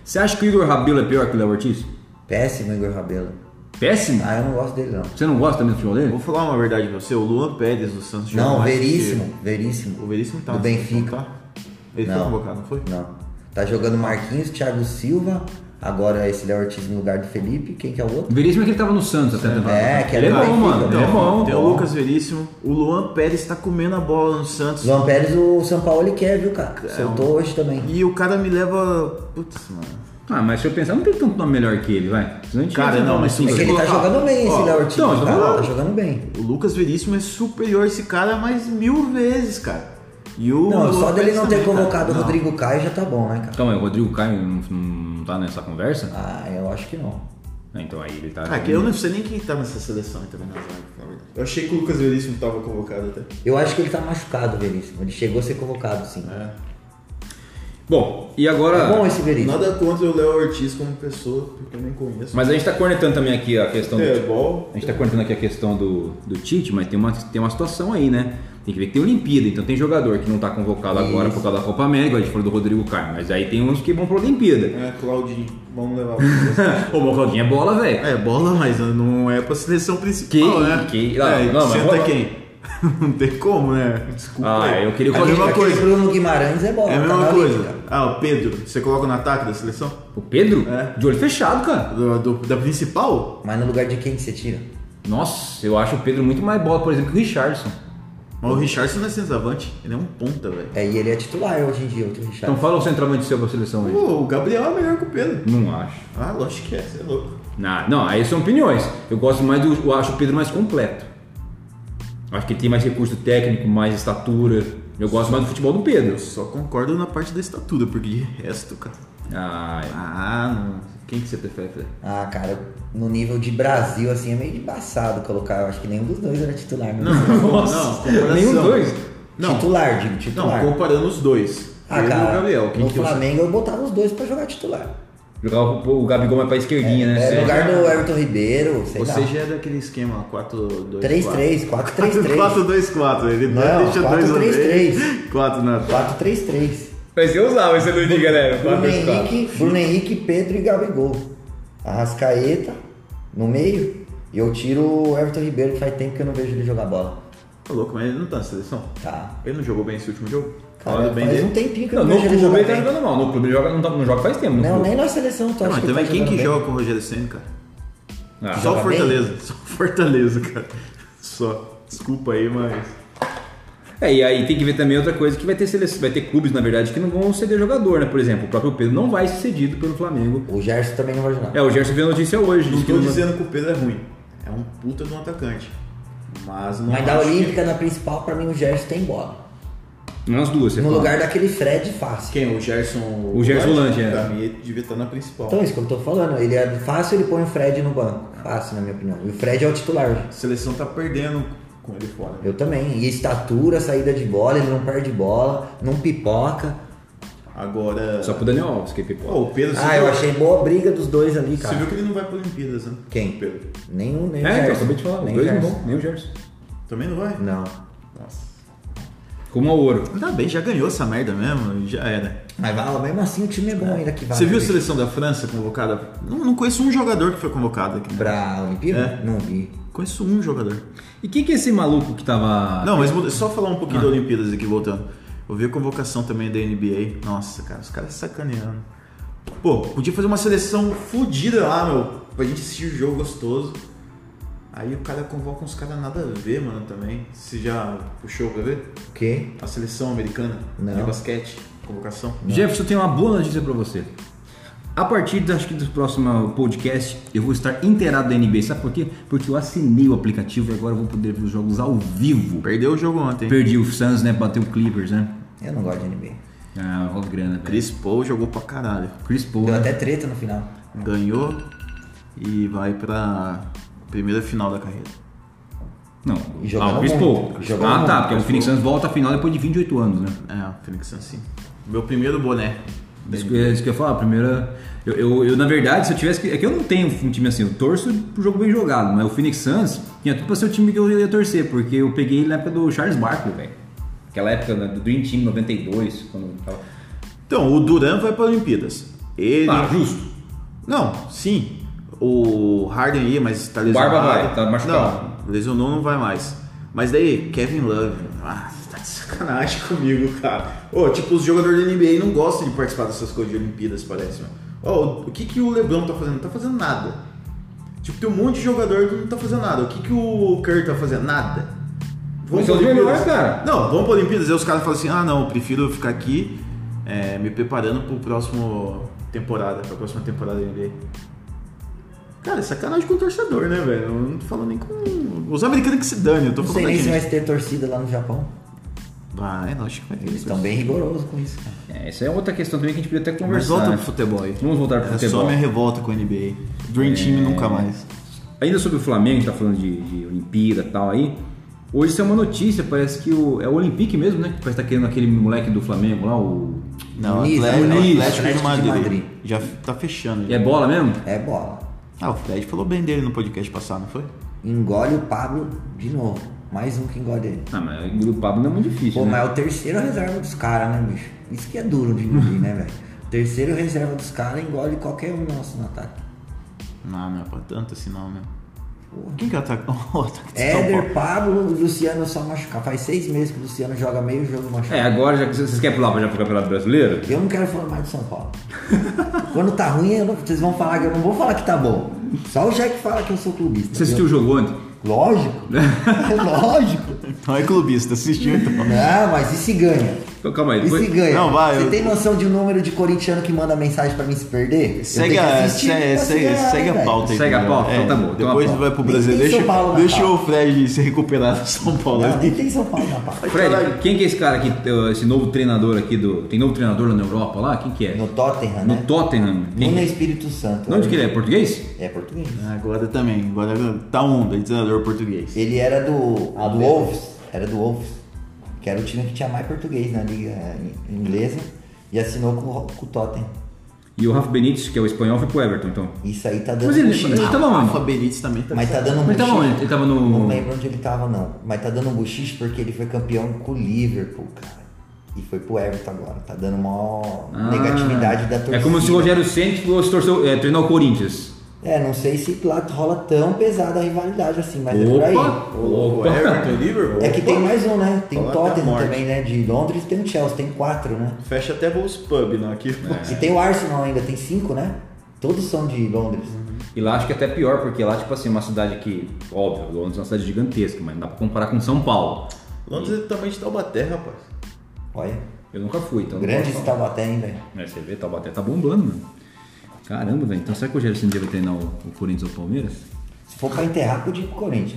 S3: Você acha que o Igor Rabelo é pior que o Léo Ortiz?
S2: Péssimo Igor Rabelo.
S3: Péssimo?
S2: Ah, eu não gosto dele não.
S3: Você não gosta também do futebol dele?
S1: Vou falar uma verdade pra você, o Luan Pérez do Santos joga
S2: Não,
S1: mais
S2: Veríssimo,
S1: que-
S2: Veríssimo.
S1: O Veríssimo tá
S2: Do
S1: na
S2: Benfica.
S1: seleção, tá? Ele foi
S2: Não.
S1: convocado, não foi?
S2: Não. Tá jogando Marquinhos, Thiago Silva, agora esse Léo Ortiz no lugar do Felipe, quem que é o outro?
S3: O Veríssimo é que ele tava no Santos até também.
S2: É, que
S3: ele é
S2: era
S3: bom,
S2: do
S3: mano.
S2: Benfica.
S3: Ele é bom.
S1: Tem
S3: bom.
S1: o Lucas Veríssimo, o Luan Pérez tá comendo a bola no Santos.
S2: Luan Pérez, o São Paulo ele quer, viu, cara? Soltou hoje também.
S1: E o cara me leva. Putz, mano.
S3: Ah, mas se eu pensar, não tem tanto nome melhor que ele, vai. Senão a gente
S1: Cara,
S3: ia
S1: não, mas
S3: assim,
S2: É que ele tá
S1: colocar-
S2: jogando bem, esse
S1: Ó,
S2: Léo Ortiz,
S3: então, eu tô
S2: cara.
S3: falando.
S2: Tá jogando bem.
S1: O Lucas Veríssimo é superior a esse cara mais mil vezes, cara. E o
S2: Não,
S1: Luan
S2: só dele
S1: Pérez
S2: não ter
S1: também,
S2: convocado
S1: cara.
S2: o Rodrigo Caio já tá bom, né, cara?
S3: Calma aí, o Rodrigo Caio não, não tá nessa conversa?
S2: Ah, eu acho que não.
S3: Ah, então aí ele tá...
S1: Ah, que eu não sei nem quem tá nessa seleção também na zaga, na verdade. Eu achei que o Lucas Veríssimo tava convocado até.
S2: Eu acho que ele tá machucado, Veríssimo. Ele chegou a ser convocado, sim.
S1: É.
S3: Bom, e agora...
S2: É bom esse Veríssimo.
S1: Nada contra o Léo Ortiz como pessoa, porque eu nem conheço.
S3: Mas a gente tá cornetando também aqui a questão do...
S1: Futebol.
S3: A gente tá cornetando aqui a questão do, do Tite, mas tem uma, tem uma situação aí, né? Tem que ver que tem Olimpíada, então tem jogador que não tá convocado
S2: Isso.
S3: agora por causa da Copa América, a gente falou do Rodrigo Caio, mas aí tem uns que vão pra Olimpíada.
S1: É, Claudinho. Vamos levar
S3: Ô, o Claudinho é bola, velho.
S1: É, bola, mas não é pra seleção principal,
S3: Que-
S1: né?
S3: que- não,
S1: é,
S3: não, mas
S1: senta
S3: rola-
S1: quem? Não tem como, né? Desculpa.
S3: Ah,
S1: aí.
S3: eu queria
S1: É a
S3: fazer
S1: mesma
S2: Aquele
S1: coisa.
S2: Bruno Guimarães é bola,
S1: É a
S2: tá
S1: mesma
S2: na
S1: coisa.
S2: lista.
S1: Ah, o Pedro, você coloca no ataque da seleção?
S3: O Pedro?
S1: É.
S3: De olho fechado, cara.
S1: Do, do- da principal?
S2: Mas no lugar de quem que você tira?
S3: Nossa, eu acho o Pedro muito mais bola, por exemplo, que o Richardson.
S1: Mas o Richardson não é centroavante, ele é um ponta, velho.
S2: É, e ele é titular hoje em dia, o Richard.
S3: Então fala o centroavante seu pra seleção aí.
S1: Pô, o Gabriel é melhor que o Pedro.
S3: Não acho.
S1: Ah, lógico que é, você é louco.
S3: Não, não, aí são opiniões. Eu gosto mais do. Eu acho o Pedro mais completo. Acho que ele tem mais recurso técnico, mais estatura. Eu gosto mais do futebol do Pedro.
S1: Eu só concordo na parte da estatura, porque de resto, cara.
S3: Ah,
S1: Ah, não. Quem que você prefere, Fred?
S2: Ah, cara, no nível de Brasil, assim, é meio embaçado colocar. Eu acho que nenhum dos dois era titular. Né?
S1: Não, não,
S3: Nossa,
S1: comparação.
S3: nenhum dois.
S1: Não,
S2: Titular, digo,
S1: não,
S2: titular.
S1: comparando os dois.
S2: Ah,
S1: Ele e
S2: cara,
S1: o Gabriel. Quem
S2: no
S1: que você...
S2: Flamengo eu botava os dois pra jogar titular.
S3: jogar o, o Gabigol mais pra esquerdinha, né?
S2: É,
S3: Você-
S2: no lugar do Everton Ribeiro, sei
S1: Você
S2: lá.
S1: já é daquele esquema quatro dois
S2: três três, quatro três três.
S1: quatro dois quatro. Ele
S2: Não,
S1: deixa dois
S2: quatro três três.
S1: quatro na
S2: quatro três três.
S3: Mas eu usava esse do dia, galera.
S2: Bruno Henrique, Bruno Henrique, Pedro e Gabigol. Arrascaeta no meio. E eu tiro o Everton Ribeiro, que faz tempo que eu não vejo ele jogar bola.
S1: Tá louco, mas ele não tá na seleção?
S2: Tá.
S1: Ele não jogou bem esse último jogo?
S2: Cara,
S1: Falando bem
S2: faz
S1: dele.
S2: um tempinho que eu
S3: Não,
S2: não,
S3: no
S2: vejo ele
S3: clube
S2: jogar
S3: ele tá
S2: bem.
S3: jogando mal. No clube ele joga, não, tá- não joga faz tempo. no
S2: Não,
S3: clube.
S2: nem na seleção, tu
S1: Não,
S2: acha
S1: mas
S2: que ele
S1: também
S2: tá
S1: quem
S2: jogando
S1: que
S2: bem?
S1: joga com o Rogério Ceni, cara?
S3: Ah,
S1: Só o
S2: joga bem?
S1: Fortaleza. Só o Fortaleza, cara. Só. Desculpa aí, mas...
S3: É, e aí tem que ver também outra coisa, que vai ter seleção, vai ter clubes, na verdade, que não vão ceder jogador, né? Por exemplo, o próprio Pedro não vai ser cedido pelo Flamengo.
S2: O Gerson também não vai jogar.
S3: É, o Gerson viu a notícia hoje.
S1: Não
S3: disse que
S1: tô
S3: não-
S1: dizendo que o Pedro é ruim. É um puta de um atacante. Mas não
S2: Mas da
S1: acho que-
S2: Olímpica, na principal, pra mim o Gerson tem bola.
S3: Nas duas, você
S2: No
S3: fala.
S2: lugar daquele Fred fácil.
S1: Quem? O Gerson...
S3: O Gerson Volante, é.
S1: Pra mim, ele devia estar na principal.
S2: Então, isso que eu tô falando. Ele é fácil, ele põe o Fred no banco. Fácil, na minha opinião. E o Fred é o titular hoje.
S1: A seleção tá perdendo com ele fora.
S2: Eu também. E estatura, saída de bola, ele não perde bola, não pipoca.
S1: Agora...
S3: Só pro Daniel Alves, que é pipoca.
S1: Pô, o Pedro... você
S2: Ah, eu
S1: viu-
S2: achei boa briga dos dois ali,
S1: Você
S2: cara.
S1: viu que ele não vai para Olimpíadas, né?
S2: Quem?
S1: O Pedro.
S2: Nenhum, nem o
S3: É, então,
S2: Gerson.
S3: acabei de falar. Os
S2: Nem
S3: dois
S2: o
S3: não
S2: Gerson.
S3: vão, nem o Gerson.
S1: Também não vai?
S2: Não.
S1: Nossa.
S3: Como ao ouro.
S1: Ainda bem, já ganhou essa merda mesmo, já era.
S2: Mas vai, mesmo assim o time é bom ainda que vai.
S1: Você viu a seleção da França convocada? Não, não conheço um jogador que foi convocado aqui.
S2: Pra Olimpíada?
S1: É.
S2: Não vi.
S1: Conheço um jogador.
S3: E quem que é esse maluco que tava...
S1: Não, mas muda- só falar um pouquinho
S3: Ah.
S1: da Olimpíadas aqui, voltando. Eu vi a convocação também da N B A. Nossa, cara, os caras sacaneando. Pô, podia fazer uma seleção fodida lá, meu, pra gente assistir o jogo gostoso. Aí o cara convoca uns caras nada a ver, mano, também. Você já puxou pra ver?
S2: O quê?
S1: A seleção americana
S2: Não.
S1: de basquete, convocação.
S3: Jefferson, tem uma boa notícia pra você. A partir do, acho que do próximo podcast, eu vou estar inteirado da N B A. Sabe por quê? Porque eu assinei o aplicativo e agora eu vou poder ver os jogos ao vivo.
S1: Perdeu o jogo ontem.
S3: Perdi o Suns, né? Bateu o Clippers, né?
S2: Eu não gosto de N B A.
S3: Ah, rola grana, velho.
S1: Chris Paul jogou pra caralho.
S3: Chris Paul.
S2: Deu
S3: né?
S2: até treta no final.
S1: Ganhou e vai pra primeira final da carreira.
S3: Não,
S2: E jogando
S3: ah, o Chris
S2: muito.
S3: Paul.
S2: Jogando
S3: Ah, tá,
S2: muito.
S3: porque o Phoenix Suns volta à final depois de vinte e oito anos, né?
S1: É, o Phoenix Suns sim. Meu primeiro boné.
S3: Isso que, isso que eu ia falar, a primeira. Eu, eu, eu, na verdade, se eu tivesse que. É que eu não tenho um time assim, eu torço pro jogo bem jogado, mas o Phoenix Suns tinha tudo pra ser o time que eu ia torcer, porque eu peguei ele na época do Charles Barkley, velho. Aquela época né, do Dream Team noventa e dois, quando tava.
S1: Então, o Duran vai para Olimpíadas. Ele...
S3: Ah, justo.
S1: Não, sim. O Harden ia, mas tá lesionado.
S3: Barba vai, tá machucado.
S1: Não, lesionou, não vai mais. Mas daí, Kevin Love, ah, tá de sacanagem comigo, cara. Ô, tipo, os jogadores da N B A não gostam de participar dessas coisas de Olimpíadas, parece, mano. Ó, o que que o LeBron tá fazendo? Não tá fazendo nada. Tipo, tem um monte de jogador que não tá fazendo nada. O que que o Curry tá fazendo? Nada.
S3: Vamos pra Olimpíadas, cara.
S1: Não, vamos pra Olimpíadas. Aí os caras falam assim, ah, não, eu prefiro ficar aqui é, me preparando pro próximo temporada, pra próxima temporada da N B A. Cara, é sacanagem com o torcedor, né, velho? Eu não tô falando nem com... Os americanos que se dane, eu tô
S2: Não
S1: falando
S2: sei nem
S1: aqui.
S2: se vai ter torcida lá no Japão.
S1: Vai, não, acho que vai ter.
S2: Eles estão bem rigorosos com isso, cara.
S3: É, essa é outra questão também que a gente podia até
S1: Mas
S3: conversar.
S1: volta
S3: né?
S1: pro futebol aí.
S3: Vamos voltar pro
S1: É
S3: futebol.
S1: só minha revolta com a N B A. Dream Team nunca mais.
S3: Ainda sobre o Flamengo, a gente tá falando de, de Olimpíada e tal aí. Hoje isso é uma notícia, parece que o, é o Olympique mesmo, né? Que parece que tá querendo aquele moleque do Flamengo lá, o...
S1: Não,
S2: Muniz,
S1: Atlético,
S2: Muniz,
S1: Atlético,
S2: Atlético
S1: de, Madrid.
S2: de Madrid.
S1: Já tá fechando.
S3: E é bola mesmo?
S2: É bola.
S1: Ah, o Fred falou bem dele no podcast passado, não foi?
S2: Engole o Pablo de novo. Mais um que engole ele.
S3: Ah, mas o grupo Pablo não é muito difícil,
S2: Pô,
S3: né?
S2: mas é o terceiro reserva dos caras, né, bicho? Isso que é duro de engolir, né, velho? Terceiro reserva dos caras engole qualquer um nosso no ataque.
S1: Não, não é pra tanto assim não, né? Quem que é o ataque? O ataque de São
S2: Éder,
S1: Paulo?
S2: Pablo, o Luciano só machucar. Faz seis meses que o Luciano joga meio jogo machucado.
S3: É, agora já que vocês querem pular já pro Campeonato Brasileiro?
S2: Eu não quero falar mais de São Paulo. Quando tá ruim, eu não- vocês vão falar que eu não vou falar que tá bom. Só o Jack fala que eu sou clubista.
S3: Você assistiu o jogo ontem?
S2: Lógico. Lógico.
S1: Não é clubista, assistiu então.
S2: Não, mas e se ganha?
S3: Então, calma aí.
S2: E
S3: Depois...
S2: se ganha?
S1: Não, vai,
S2: Você
S1: eu-
S2: tem noção de um número de corintiano que manda mensagem pra mim se perder? Eu
S1: Segue,
S2: tenho que
S1: a,
S2: assistir
S1: segue,
S2: pra se
S1: segue,
S2: ganhar,
S1: segue
S2: né,
S1: a
S2: velho?
S1: pauta aí.
S3: Segue a
S1: entendeu?
S3: pauta? Então tá bom, então
S1: Depois
S3: a pauta.
S1: vai pro
S2: Nem
S1: Brasil.
S2: tem
S1: Deixa,
S2: São Paulo na
S1: deixa
S2: pauta.
S1: o Fred se recuperar do São Paulo.
S2: Não, nem tem São Paulo na pauta.
S3: Fred, quem que é esse cara aqui, esse novo treinador aqui do... Tem novo treinador lá na Europa lá? Quem que é?
S2: No Tottenham,
S3: No
S2: né?
S3: Tottenham. Quem?
S2: Nuno Espírito Santo.
S3: De onde que ele é? Português?
S2: É português.
S1: Agora também. Agora tá onda, de treinador português.
S2: Ele era do, do Wolves. Era do Wolves. Que era o time que tinha mais português na liga inglesa. E assinou com, o- com o Tottenham.
S3: E o Rafa Benítez, que é o espanhol, foi pro Everton, então.
S2: Isso aí tá dando
S3: Mas ele-
S2: buchicho.
S3: ele tava
S1: O
S3: onde?
S1: Rafa Benítez também tá.
S2: Mas tá dando um
S3: Ele tava
S2: buchicho.
S3: onde? Ele tava no-
S2: Não lembro onde ele tava, não. Mas tá dando um buchicho porque ele foi campeão com o Liverpool, cara. E foi pro Everton agora. Tá dando uma
S3: Ah,
S2: negatividade da torcida.
S3: É como se o Rogério Ceni fosse torcer, é, treinar o Corinthians.
S2: É, não sei se lá rola tão pesada a rivalidade assim, mas é por aí.
S1: O
S3: Opa!
S1: Everton, Liverpool.
S2: É que tem mais um, né? Tem o
S1: Fala até a
S2: Tottenham
S1: morte.
S2: também, né? De Londres tem o Chelsea, tem quatro, né?
S1: Fecha até Wolves Pub, não, aqui.
S2: E tem o Arsenal ainda, tem cinco, né? Todos são de Londres.
S3: E lá acho que é até pior, porque lá, tipo assim, uma cidade que, óbvio, Londres é uma cidade gigantesca, mas não dá pra comparar com São Paulo.
S1: Londres é também de Taubaté, rapaz.
S2: Olha,
S3: Eu nunca fui, então. não
S2: grande
S3: posso falar.
S2: Taubaté, hein, velho?
S3: É, você vê, Taubaté tá bombando, mano. Caramba, velho. Então será que o Rogério Ceni deve treinar o, o Corinthians ou o Palmeiras?
S2: Se for pra enterrar, podia ir pro Corinthians.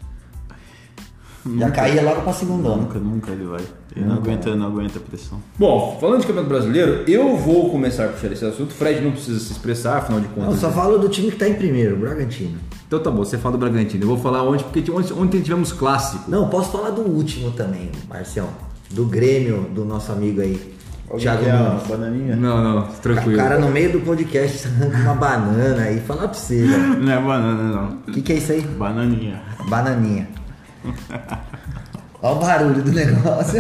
S2: Já caía logo pra segundona.
S1: Nunca, nunca ele vai. Ele não aguenta, não aguenta a pressão.
S3: Bom, falando de Campeonato Brasileiro, eu vou começar a puxar esse assunto. Fred não precisa se expressar, afinal de contas.
S2: Não, só falo do time que tá em primeiro, o Bragantino.
S3: Então tá bom, você fala do Bragantino. Eu vou falar onde, porque ontem, ontem tivemos clássico.
S2: Não, posso falar do último também, Marcião. Do Grêmio, do nosso amigo aí, Thiago
S1: que é a
S2: Nunes.
S1: bananinha?
S3: Não, não,
S2: O
S3: tranquilo.
S2: cara no meio do podcast arranca uma banana aí, falar pra você, velho.
S1: Não é banana, não.
S2: O que, que é isso aí?
S1: Bananinha.
S2: Bananinha. Olha o barulho do negócio.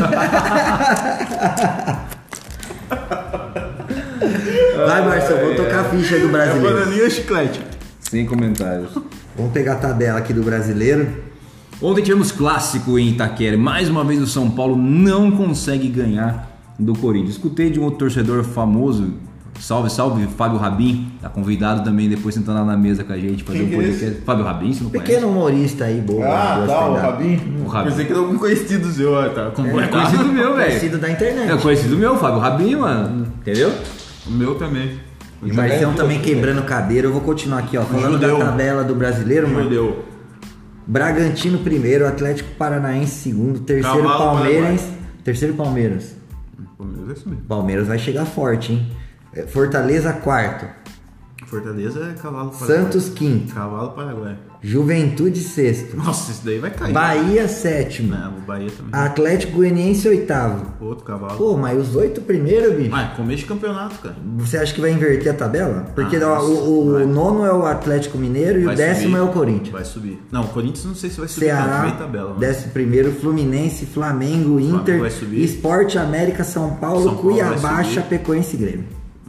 S2: Vai, Marcelo, vou tocar a ficha aí do
S1: É
S2: brasileiro.
S1: bananinha ou chiclete?
S3: Sem comentários.
S2: Vamos pegar a tabela aqui do brasileiro.
S3: Ontem tivemos clássico em Itaquera. Mais uma vez o São Paulo não consegue ganhar do Corinthians. Escutei de um outro torcedor famoso. Salve, salve, Fábio Rabin. Tá convidado também depois sentando lá na mesa com a gente fazer
S1: Quem
S3: um
S1: que é
S3: podcast.
S1: esse?
S3: Fábio Rabin, você não
S2: Pequeno
S3: conhece?
S2: humorista aí, bobo.
S1: Ah,
S2: de
S1: tá, o
S2: stand-up.
S1: Rabin.
S3: O Rabin.
S1: Pensei que era algum conhecido seu, ó, tá? Com
S3: É conhecido meu, velho.
S2: Conhecido da internet.
S3: É conhecido meu, Fábio Rabin, mano. Entendeu?
S1: O meu também.
S2: E o Marcião também quebrando cadeira. Eu vou continuar aqui, ó. Falando
S1: Judeu.
S2: da tabela do brasileiro, mano.
S1: Judeu.
S2: Bragantino primeiro, Atlético Paranaense segundo, terceiro
S1: Cavalo
S2: Palmeiras.
S1: Paraguai.
S2: Terceiro Palmeiras.
S1: Palmeiras vai subir.
S2: Palmeiras vai chegar forte, hein? Fortaleza quarto,
S1: Fortaleza é cavalo paraguai.
S2: Santos quinto,
S1: Cavalo paraguai.
S2: Juventude sexto,
S1: Nossa, esse daí vai cair.
S2: Bahia sétimo,
S1: Não, o Bahia também.
S2: Atlético Goianiense oitavo.
S1: Outro cavalo.
S2: Pô, mas os oito primeiros, bicho.
S1: Mas começo de campeonato, cara.
S2: Você acha que vai inverter a tabela? Porque
S1: Ah,
S2: ó, o, o
S1: vai.
S2: nono é o Atlético Mineiro e
S1: Vai
S2: o décimo
S1: subir.
S2: é o Corinthians.
S1: Vai subir. Não, o Corinthians não sei se vai subir. Não,
S2: Ceará,
S1: meio tabela, mano.
S2: décimo primeiro, Fluminense, Flamengo, Inter,
S1: vai subir.
S2: Esporte, América, São Paulo,
S1: São Paulo vai
S2: Cuiabá,
S1: subir.
S2: Chapecoense e Grêmio.
S1: O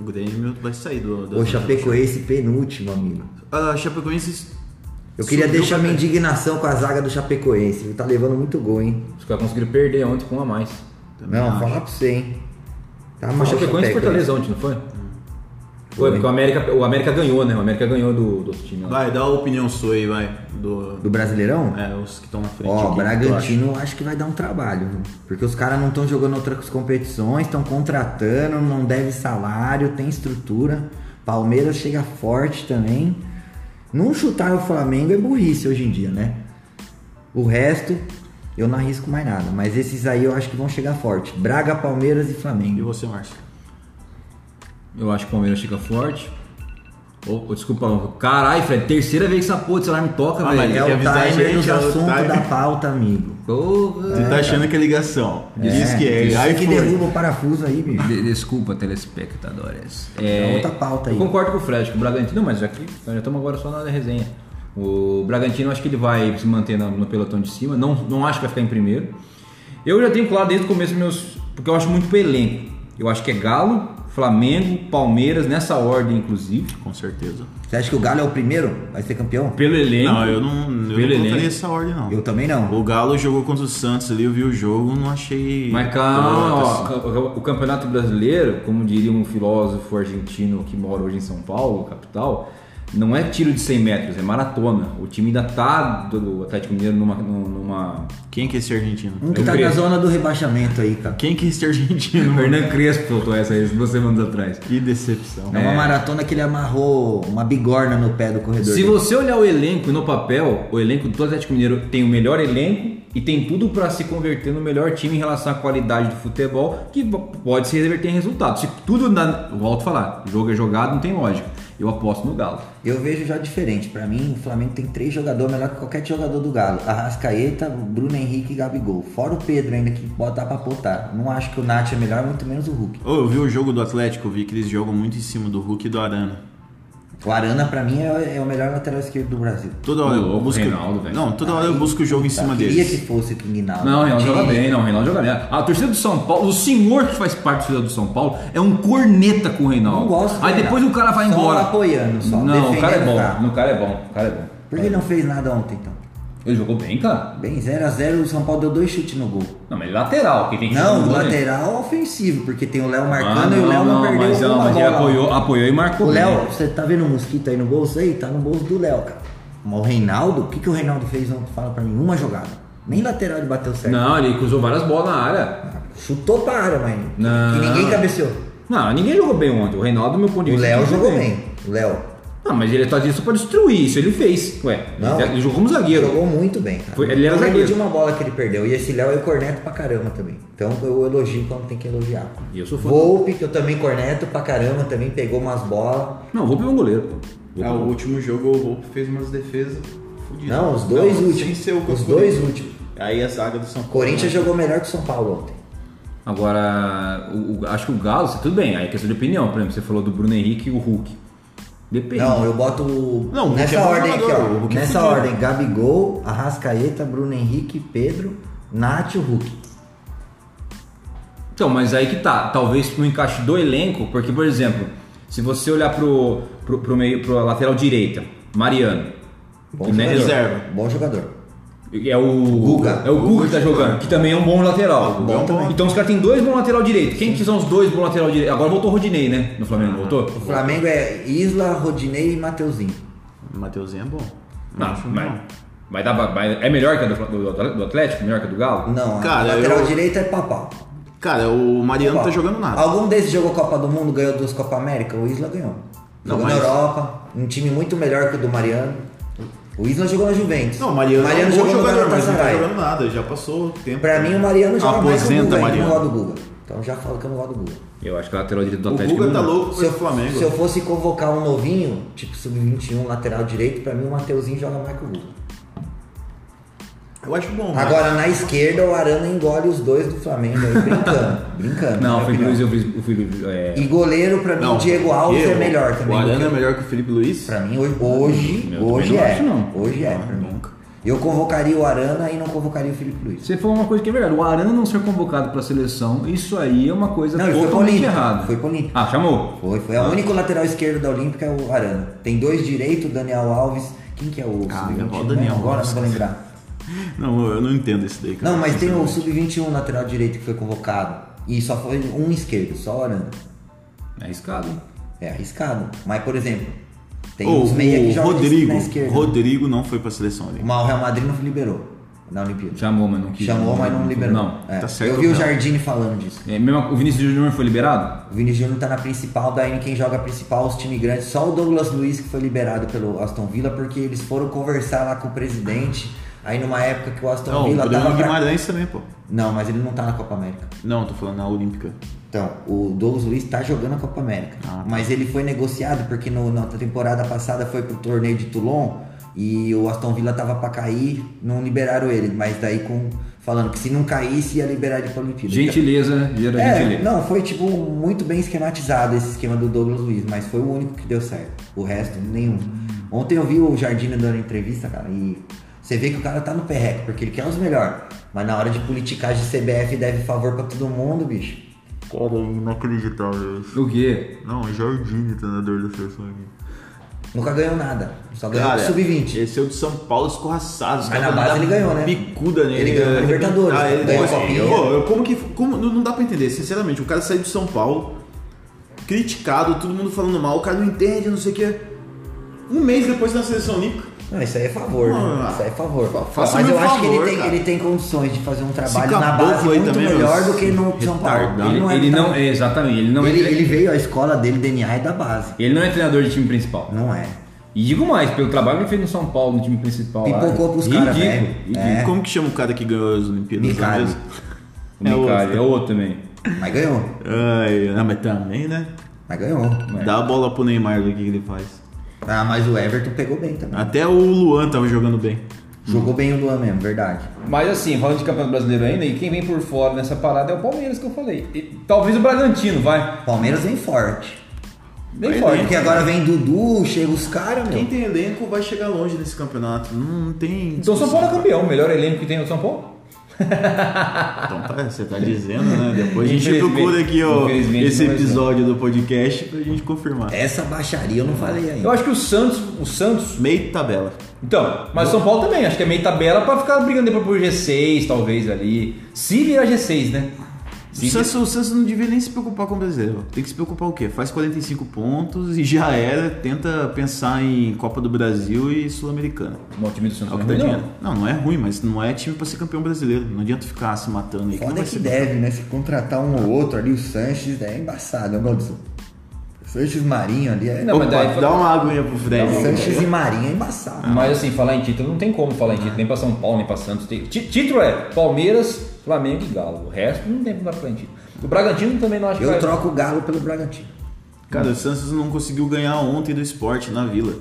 S1: O Grêmio vai sair do... do
S2: O Chapecoense penúltimo, amigo.
S1: A Chapecoense...
S2: Eu queria
S1: subiu
S2: deixar
S1: pra-
S2: minha indignação com a zaga do Chapecoense. Tá levando muito gol, hein?
S3: Os caras conseguiram perder ontem com um a mais.
S1: Também
S2: Não,
S1: acho.
S2: falar pra você, hein? Tá
S3: Foi
S2: mal,
S3: Chapecoense e Fortaleza ontem, não foi? Foi, porque o América, o América ganhou, né? O América ganhou do, do outro time. lá.
S1: Vai, dá a opinião sua aí, vai. Do...
S2: Do Brasileirão?
S1: É, os que estão na frente.
S2: Ó,
S1: aqui,
S2: o
S1: tu
S2: Bragantino eu acho que vai dar um trabalho, viu? Porque os caras não estão jogando outras competições, estão contratando, não deve salário, tem estrutura. Palmeiras chega forte também. Não chutar o Flamengo é burrice hoje em dia, né? O resto eu não arrisco mais nada, mas esses aí eu acho que vão chegar forte. Braga, Palmeiras e
S1: acha? E
S2: Flamengo.
S1: você, Márcio?
S3: Eu acho que o Palmeiras chega forte. Oh, oh, desculpa, caralho, Fred, terceira vez que essa porra desse alarme toca,
S1: Ah,
S3: velho.
S1: mas
S2: É
S1: Tem que
S2: o
S1: avisar a
S2: timer
S1: gente,
S2: dos
S1: é o
S2: assuntos
S1: timer.
S2: da pauta, amigo.
S3: Porra.
S1: Você tá achando que é ligação. Diz que é.
S2: Isso
S1: Aí
S2: que
S1: foi.
S2: derruba o parafuso aí, bicho.
S3: De- Desculpa, telespectadores.
S2: É outra pauta aí.
S3: Eu concordo com o Fred, que o Bragantino, mas já que nós já estamos agora só na resenha. O Bragantino, acho que ele vai se manter no, no pelotão de cima. Não, não acho que vai ficar em primeiro. Eu já tenho claro desde o começo meus. Porque eu acho muito pro elenco. Eu acho que é Galo, Flamengo, Palmeiras, nessa ordem, inclusive.
S1: Com certeza.
S2: Você acha que o Galo é o primeiro? Vai ser campeão?
S3: Pelo elenco.
S1: Não, eu não, eu
S3: Pelo
S1: não
S3: elenco.
S1: contaria essa ordem, não.
S2: Eu também não.
S1: O Galo jogou contra o Santos ali, eu vi o jogo, não achei.
S3: Mas calma,
S1: Assim.
S3: ó, o Campeonato Brasileiro, como diria um filósofo argentino que mora hoje em São Paulo, capital, não é tiro de cem metros, é maratona. O time ainda tá do Atlético Mineiro numa... numa...
S1: Quem que é esse argentino?
S2: Um que
S3: Eu
S2: tá
S3: creio.
S2: na zona do rebaixamento aí, cara.
S1: Quem que é esse argentino?
S3: O Hernan Crespo soltou essa aí duas semanas atrás.
S1: Que decepção.
S2: É uma maratona que ele amarrou uma bigorna no pé do corredor.
S3: Se
S2: dele.
S3: você olhar o elenco no papel, o elenco do Atlético Mineiro tem o melhor elenco e tem tudo para se converter no melhor time em relação à qualidade do futebol, que pode se reverter em resultado. Se tudo, na, volto a falar, jogo é jogado, não tem lógica. Eu aposto no Galo.
S2: Eu vejo já diferente. Pra mim, o Flamengo tem três jogadores melhor que qualquer jogador do Galo. Arrascaeta, Bruno Henrique e Gabigol. Fora o Pedro ainda, que pode dar pra botar. Não acho que o Nath é melhor, muito menos o Hulk.
S1: Oh, eu vi o jogo do Atlético, eu vi que eles jogam muito em cima do Hulk e do Arana.
S2: O Arana, pra mim, é, é o melhor lateral esquerdo do Brasil.
S1: Toda hora
S3: Ô,
S1: eu
S3: louco,
S1: busco.
S3: Reinaldo, velho.
S1: Não, toda hora eu busco o jogo em
S2: Tá,
S1: cima
S2: queria
S1: deles.
S2: que fosse o Guinaldo.
S3: Não, o Reinaldo
S2: Tinha-
S3: joga bem, não, o Reinaldo joga bem. A torcida do São Paulo, o senhor que faz parte da torcida do São Paulo, é um corneta com o Reinaldo.
S2: Não gosto do
S3: Aí depois
S2: Reinaldo.
S3: o cara vai
S2: Só
S3: embora.
S2: apoiando, só,
S3: Não, o cara é
S2: defendendo
S3: bom.
S2: o cara.
S3: O cara é bom, o cara é bom.
S2: Por que não fez nada ontem, então?
S3: Ele jogou bem, cara.
S2: Bem, zero a zero, o São Paulo deu dois chutes no gol.
S3: Não, mas ele é lateral, quem tem que
S2: Não,
S3: chutar
S2: o
S3: no gol, né?
S2: lateral ofensivo, porque tem o Léo
S3: Ah,
S2: marcando e o Léo não, perdeu
S3: mas,
S2: uma
S3: não, mas ele
S2: bola.
S3: apoiou, apoiou e marcou.
S2: O
S3: bem.
S2: Léo, você tá vendo o mosquito aí no bolso aí? Tá no bolso do Léo, cara. Mas o Reinaldo, o que, que o Reinaldo fez ontem? Fala pra mim, uma jogada. Nem lateral ele bateu certo.
S3: Não, ele cruzou várias bolas na área.
S2: Chutou pra área, mas
S3: Não.
S2: que ninguém cabeceou.
S3: Não, ninguém jogou bem ontem. O Reinaldo, do meu ponto de
S2: O
S3: vista.
S2: Léo
S3: jogou
S2: jogou bem. O Léo
S3: Não, mas ele tá disso pra destruir, isso ele fez. Ué,
S2: Não.
S3: ele jogou como zagueiro.
S2: jogou muito bem, cara.
S3: Foi- ele era
S2: Eu lembro
S3: zagueiro.
S2: de uma bola que ele perdeu. E esse Léo eu corneto pra caramba também. Então eu elogio quando tem que elogiar.
S3: E eu sou fã.
S2: Volpe, que eu também corneto pra caramba, também pegou umas bolas.
S3: Não, vou pegar um goleiro, pô. Vou
S1: Ah,
S3: pegar
S1: o
S3: um-
S1: último jogo o Volpe fez umas defesas fodidas.
S2: Não, os dois
S1: Não,
S2: últimos.
S1: sem ser o
S2: Os
S1: Coscorinha.
S2: dois últimos.
S1: Aí a zaga do São
S2: O
S1: Paulo.
S2: Corinthians jogou melhor que o São Paulo ontem.
S3: Agora, o- o- acho que o Galo, tudo bem, aí é questão de opinião. Por exemplo, você falou do Bruno Henrique e o Hulk. Depende.
S2: Não, eu boto o-
S1: Não, o Hulk
S2: nessa
S1: é bom
S2: ordem aqui,
S1: jogador, o
S2: ó.
S1: Hulk é
S2: Nessa
S1: fudido.
S2: ordem, Gabigol, Arrascaeta, Bruno Henrique, Pedro, Nath e o Hulk.
S3: Então, mas aí que tá. Talvez no encaixe do elenco, porque, por exemplo, se você olhar pro, pro, pro meio, pro lateral direita, Mariano.
S2: Bom
S3: que não é
S2: jogador.
S1: reserva.
S2: Bom jogador.
S3: É o
S2: Guga.
S3: É o Guga que tá jogando, que também é um bom lateral.
S2: Bom também.
S3: Então os caras têm dois bons lateral direito. Quem que são os dois bons lateral direito? Agora voltou o Rodinei, né? No Flamengo, voltou?
S2: O Flamengo é Isla, Rodinei e Mateuzinho.
S1: O Mateuzinho é bom.
S3: Não,
S1: Acho
S3: mas,
S1: bom.
S3: vai dar, vai- é melhor que a do, do, do Atlético? Melhor que a do Galo?
S2: Não,
S1: Cara,
S2: a lateral
S1: eu-
S2: direita é papau.
S1: Cara, o Mariano
S2: Papau.
S1: tá jogando nada.
S2: Algum desses jogou Copa do Mundo, ganhou duas Copa América? O Isla ganhou.
S1: Não,
S2: Jogou
S1: mas-
S2: na Europa, um time muito melhor que o do Mariano. O Isla jogou na Juventus.
S1: Não, o Mariano, é um bom
S2: jogou no
S1: jogador, mas não tá
S2: Galatasaray.
S1: jogando nada. Já passou o tempo.
S2: Pra mim o Mariano joga mais que o
S1: Aposenta,
S2: Guga, hein? Eu
S1: Mariano.
S2: não gosto do Guga. Então já falo que eu não gosto do Guga.
S3: Eu acho que a lateral direito do
S1: O
S3: Atlético
S1: Guga tá
S3: não.
S1: louco
S2: Se
S1: pro
S2: eu,
S1: Flamengo.
S2: se eu fosse convocar um novinho, tipo sub vinte e um, lateral direito, pra mim o Mateuzinho joga mais que o Guga.
S1: Eu acho bom. mas-
S2: Agora na esquerda o Arana engole os dois do Flamengo aí, brincando. brincando.
S3: Não,
S2: na
S3: o Felipe
S2: minha
S3: Luiz, eu
S2: opinião.
S3: fiz- o Felipe é,
S2: E goleiro, pra mim,
S1: Não,
S2: o Diego Alves
S1: eu-
S2: é melhor também.
S1: O
S2: do que
S1: Arana é
S2: o-
S1: melhor que o Felipe Luiz?
S2: Pra mim, hoje, hoje,
S3: Eu também
S2: hoje
S3: não
S2: é.
S3: acho, não.
S2: Hoje é,
S1: Ah,
S2: pra mim.
S1: nunca.
S2: Eu convocaria o Arana e não convocaria o Felipe Luiz.
S3: Você falou uma coisa que é verdade. O Arana não ser convocado para a seleção, isso aí é uma coisa
S2: não,
S3: totalmente errada.
S2: Foi pro Olímpico.
S3: Ah, chamou?
S2: Foi, foi. A
S3: ah.
S2: única lateral esquerdo da Olímpica é o Arana. Tem dois direitos, Daniel Alves. Quem que é o
S1: ah,
S2: sub vinte e um?
S1: o Daniel
S2: Agora
S1: Alves.
S2: não vou lembrar.
S1: Não, eu não entendo esse daí, cara.
S2: Não, mas tem o sub vinte e um lateral direito que foi convocado. E só foi um esquerdo, só o Arana.
S3: É arriscado, hein?
S2: É arriscado. Mas, por exemplo, tem
S1: oh,
S2: uns meia que jogam
S1: Rodrigo,
S2: na esquerda.
S1: Rodrigo não foi pra seleção ali.
S2: O Real Madrid não liberou na Olimpíada.
S3: Chamou, mas não quis.
S2: Chamou, mas não liberou.
S3: Não.
S2: É.
S1: Tá certo,
S2: eu vi o
S1: não.
S2: Jardine falando disso.
S3: É, mesmo, o Vinícius Júnior foi liberado?
S2: O Vinícius Júnior tá na principal, daí quem joga a principal, os times grandes, só o Douglas Luiz que foi liberado pelo Aston Villa, porque eles foram conversar lá com o presidente, aí numa época que o Aston
S1: Não,
S2: Villa
S1: o
S2: tava
S1: Bruno
S2: pra...
S1: Guimarães também, pô.
S2: Não, mas ele não tá na Copa América.
S1: Não, tô falando na Olímpica.
S2: Então, o Douglas Luiz tá jogando a Copa América,
S1: Ah, tá.
S2: mas ele foi negociado porque no, na temporada passada foi pro torneio de Toulon e o Aston Villa tava pra cair, não liberaram ele, mas daí com falando que se não caísse ia liberar ele pra Olimpíada.
S3: Gentileza, né? Gera
S2: É,
S3: gentileza.
S2: não, foi tipo muito bem esquematizado esse esquema do Douglas Luiz, mas foi o único que deu certo. O resto, nenhum. Ontem eu vi o Jardine dando entrevista, cara, e você vê que o cara tá no perreco, porque ele quer os melhores. Mas na hora de politicagem de C B F deve favor pra todo mundo, bicho.
S1: Cara, inacreditável isso.
S3: O quê?
S1: Não, Jardine, treinador da seleção aqui.
S2: Nunca ganhou nada. Só ganhou
S1: Cara,
S2: o sub vinte.
S1: esse é o de São Paulo escorraçado. Os
S2: Mas
S1: caras
S2: na base
S1: dão
S2: ele ganhou, né?
S1: Bicuda nele.
S2: Ele ganhou na Libertadores,
S1: Ah, ele
S2: ganhou
S1: depois,
S2: a Copinha.
S1: pô, eu- como que. Como, não não dá pra entender, sinceramente. O cara saiu de São Paulo, criticado, todo mundo falando mal, o cara não entende, não sei o que. Um mês depois na seleção olímpica.
S2: Não, isso aí é favor, né?
S1: Ah,
S2: Isso aí é favor.
S1: faça
S2: Mas
S1: meu
S2: eu acho que
S1: favor,
S2: ele tem,
S1: cara.
S2: ele tem condições de fazer um trabalho
S1: Esse
S2: na
S1: caboclo
S2: base
S1: aí
S2: muito
S1: também,
S2: melhor
S1: os
S2: do que no São Paulo.
S1: retardado.
S3: Ele,
S2: não é
S3: ele
S2: tão-
S3: não, é, exatamente, ele não,
S2: Ele,
S3: é,
S2: ele veio, a escola dele, D N A é da base.
S3: ele não é treinador de time principal.
S2: Não é.
S3: E digo mais, pelo trabalho que ele fez no São Paulo, no time principal. lá,
S2: Pipocou pros
S3: ridículo,
S2: caras, velho.
S3: ridículo.
S2: É.
S1: Como que chama o cara que ganhou as Olimpíadas?
S2: Micali.
S1: mesmo?
S3: O
S1: É
S3: Micali,
S1: outro.
S3: é outro também.
S2: Mas ganhou.
S1: Ai, não, mas também, né?
S2: Mas ganhou.
S3: É.
S1: Dá a bola pro Neymar do que que ele faz.
S2: Ah, mas o Everton pegou bem também.
S1: Até o Luan tava jogando bem.
S2: Jogou bem o Luan mesmo, verdade.
S3: Mas assim, falando de campeonato brasileiro ainda, e quem vem por fora nessa parada é o Palmeiras que eu falei. E, talvez o Bragantino, vai.
S2: Palmeiras vem forte.
S3: Bem
S1: Vai
S3: forte.
S1: bem.
S2: Porque agora vem Dudu, chega os caras,
S1: Quem
S2: meu.
S1: tem elenco vai chegar longe nesse campeonato. Não tem.
S3: Então o São Paulo é campeão, o melhor elenco que tem no São Paulo.
S1: Então tá, você tá dizendo, né? Depois a gente
S3: Infelizmente-
S1: procura aqui ó,
S3: infelizmente
S1: esse
S3: não vai ser.
S1: episódio do podcast pra gente confirmar.
S2: Essa baixaria eu não falei ainda.
S3: Eu acho que o Santos, o Santos.
S1: Meio tabela.
S3: Então, mas o São Paulo também, acho que é meio tabela pra ficar brigando depois por G seis, talvez ali. Se virar G seis, né?
S1: O
S3: Se
S1: Santos, o Santos não devia nem se preocupar com o brasileiro. Tem que se preocupar o quê? Faz quarenta e cinco pontos e já era. Tenta pensar em Copa do Brasil e Sul-Americana.
S3: O time do Santos
S1: É o
S3: não
S1: que
S3: é
S1: dá
S3: ruim,
S1: dinheiro. Não, não é ruim, mas não é time pra ser campeão brasileiro. Não adianta ficar se matando aí. que não
S2: Foda
S1: vai
S2: que
S1: ser
S2: deve, né? Se contratar um ou outro ali, o Sanches é embaçado, né, Godson? Sanches Marinho ali é.
S3: Não, mas
S1: Opa,
S3: daí-
S1: dá uma aguinha pro Fred.
S3: Dá uma-
S2: Sanches e Marinho é embaçado.
S3: Mas assim, falar em título não tem como falar em título, nem pra São Paulo, nem pra Santos. Tem- tí- Título é Palmeiras, Flamengo e Galo. O resto não tem como falar em título. O Bragantino também não acho que
S2: Eu
S3: vai...
S2: troco o Galo pelo Bragantino.
S1: Cara, o Santos não conseguiu ganhar ontem do Sport na Vila.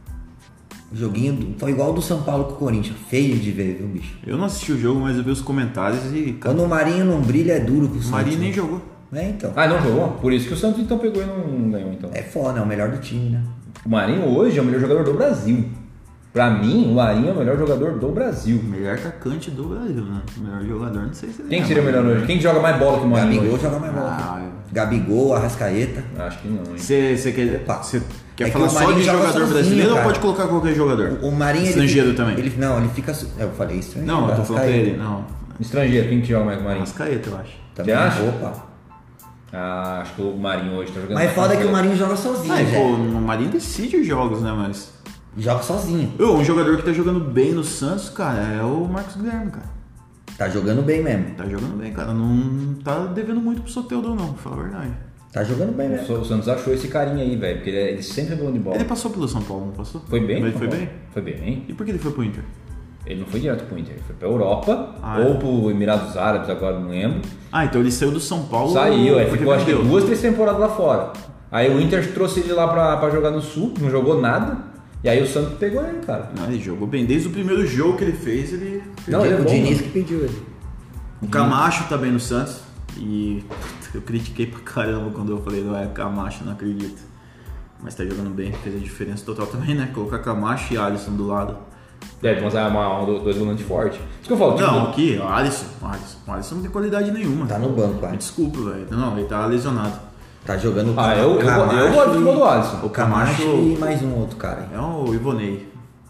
S2: O joguinho do- foi igual o do São Paulo com o Corinthians. Feio de ver, viu, bicho?
S1: Eu não assisti o jogo, mas eu vi os comentários e. Cara,
S2: Quando o Marinho não brilha, é duro com o
S1: o
S2: Santos.
S1: Marinho nem
S2: né?
S1: jogou.
S2: É, então.
S3: Ah, não jogou? Por isso que o Santos então pegou e não ganhou então.
S2: É foda, é o melhor do time, né?
S3: O Marinho hoje é o melhor jogador do Brasil. Pra mim, o Marinho é o melhor jogador do Brasil.
S1: O melhor atacante do Brasil, né? O melhor jogador, não sei se ele
S3: Quem
S1: é,
S3: que seria o
S1: mas-
S3: melhor hoje? Quem que joga mais bola que o Marinho
S2: Gabigol
S3: hoje?
S2: joga mais bola.
S1: Ah,
S2: Gabigol, Arrascaeta.
S3: Acho que não, hein?
S1: Você você quer,
S2: Opa.
S1: você quer
S2: É que
S1: falar
S2: o
S1: só
S2: Marinho
S1: de
S2: joga
S1: jogador
S2: sozinho,
S1: brasileiro
S2: cara.
S1: ou pode colocar qualquer jogador?
S2: O, o Marinho. ele
S1: Estrangeiro
S2: fica-
S1: também?
S2: Ele, não, ele fica. su- Eu falei estrangeiro.
S1: Não, eu tô falando pra
S2: Arrascaeta.
S1: ele. Não.
S3: Estrangeiro, quem que joga mais que o Marinho?
S1: Arrascaeta, eu acho.
S2: Também,
S3: Você acha?
S2: Opa.
S3: Ah, acho que o Marinho hoje tá jogando
S2: Mas
S3: mais
S2: foda é que o
S3: que
S2: Marinho joga sozinho,
S1: Ah, e,
S2: já.
S1: pô, o Marinho decide os jogos, né? Mas.
S2: Joga sozinho.
S1: Ô, um jogador que tá jogando bem no Santos, cara, é o Marcos Guilherme, cara.
S2: Tá jogando bem mesmo.
S1: Tá jogando bem, cara. Não tá devendo muito pro Soteldo, não, pra falar a verdade.
S2: Tá jogando bem mesmo.
S3: O Santos achou esse carinha aí, velho, porque ele, ele sempre é bom de bola.
S1: Ele passou pelo São Paulo, não passou?
S3: Foi bem?
S1: Ele
S3: São
S1: foi
S3: Paulo?
S1: bem?
S3: Foi bem.
S1: E por que ele foi pro Inter?
S3: Ele não foi direto pro Inter, ele foi pra Europa,
S1: Ah,
S3: ou
S1: é?
S3: pro Emirados Árabes, agora não lembro.
S1: Ah, então ele saiu do São Paulo.
S3: Saiu, aí
S1: porque
S3: ficou acho que
S1: vendeu.
S3: duas, três temporadas lá fora. Aí o Inter trouxe ele lá pra, pra jogar no Sul, não jogou nada. E aí o Santos pegou ele, cara.
S1: Não, ele jogou bem. Desde o primeiro jogo que ele fez, ele.
S3: Não, ele é
S2: o
S3: bom,
S2: Diniz
S3: mano.
S2: que pediu ele.
S1: O Camacho tá bem no Santos. E eu critiquei pra caramba quando eu falei, não é Camacho, não acredito. Mas tá jogando bem, fez a diferença total também, né? Colocar Camacho e Alisson do lado.
S3: Deve usar uma, uma, dois volantes fortes. Isso que eu falo. Tipo,
S1: Não, aqui, o Alisson. O Alisson. O Alisson não tem qualidade nenhuma.
S2: Tá no banco,
S1: Me
S2: cara.
S1: desculpa, velho. Não, ele tá lesionado.
S2: Tá jogando
S3: Ah, eu, eu,
S2: Camacho
S3: eu gosto do futebol do
S2: e-
S3: Alisson.
S2: O Camacho e mais um outro cara.
S1: É o Ivonei.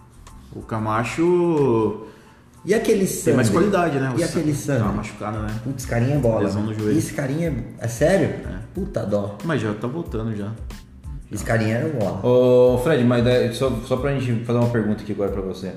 S1: O Camacho
S2: E aquele
S1: tem
S2: Sandro?
S1: mais qualidade, né?
S2: E
S1: O
S2: aquele
S1: Sa- Tá
S2: Sandro?
S1: machucado, né?
S2: Putz, carinha é bola.
S1: Lesão
S2: né?
S1: no joelho.
S2: Esse carinha é... é sério? Puta dó.
S1: Mas já tá voltando já.
S2: Esse carinha era bola.
S3: Ô Fred, mas é, só, só pra gente fazer uma pergunta aqui agora pra você.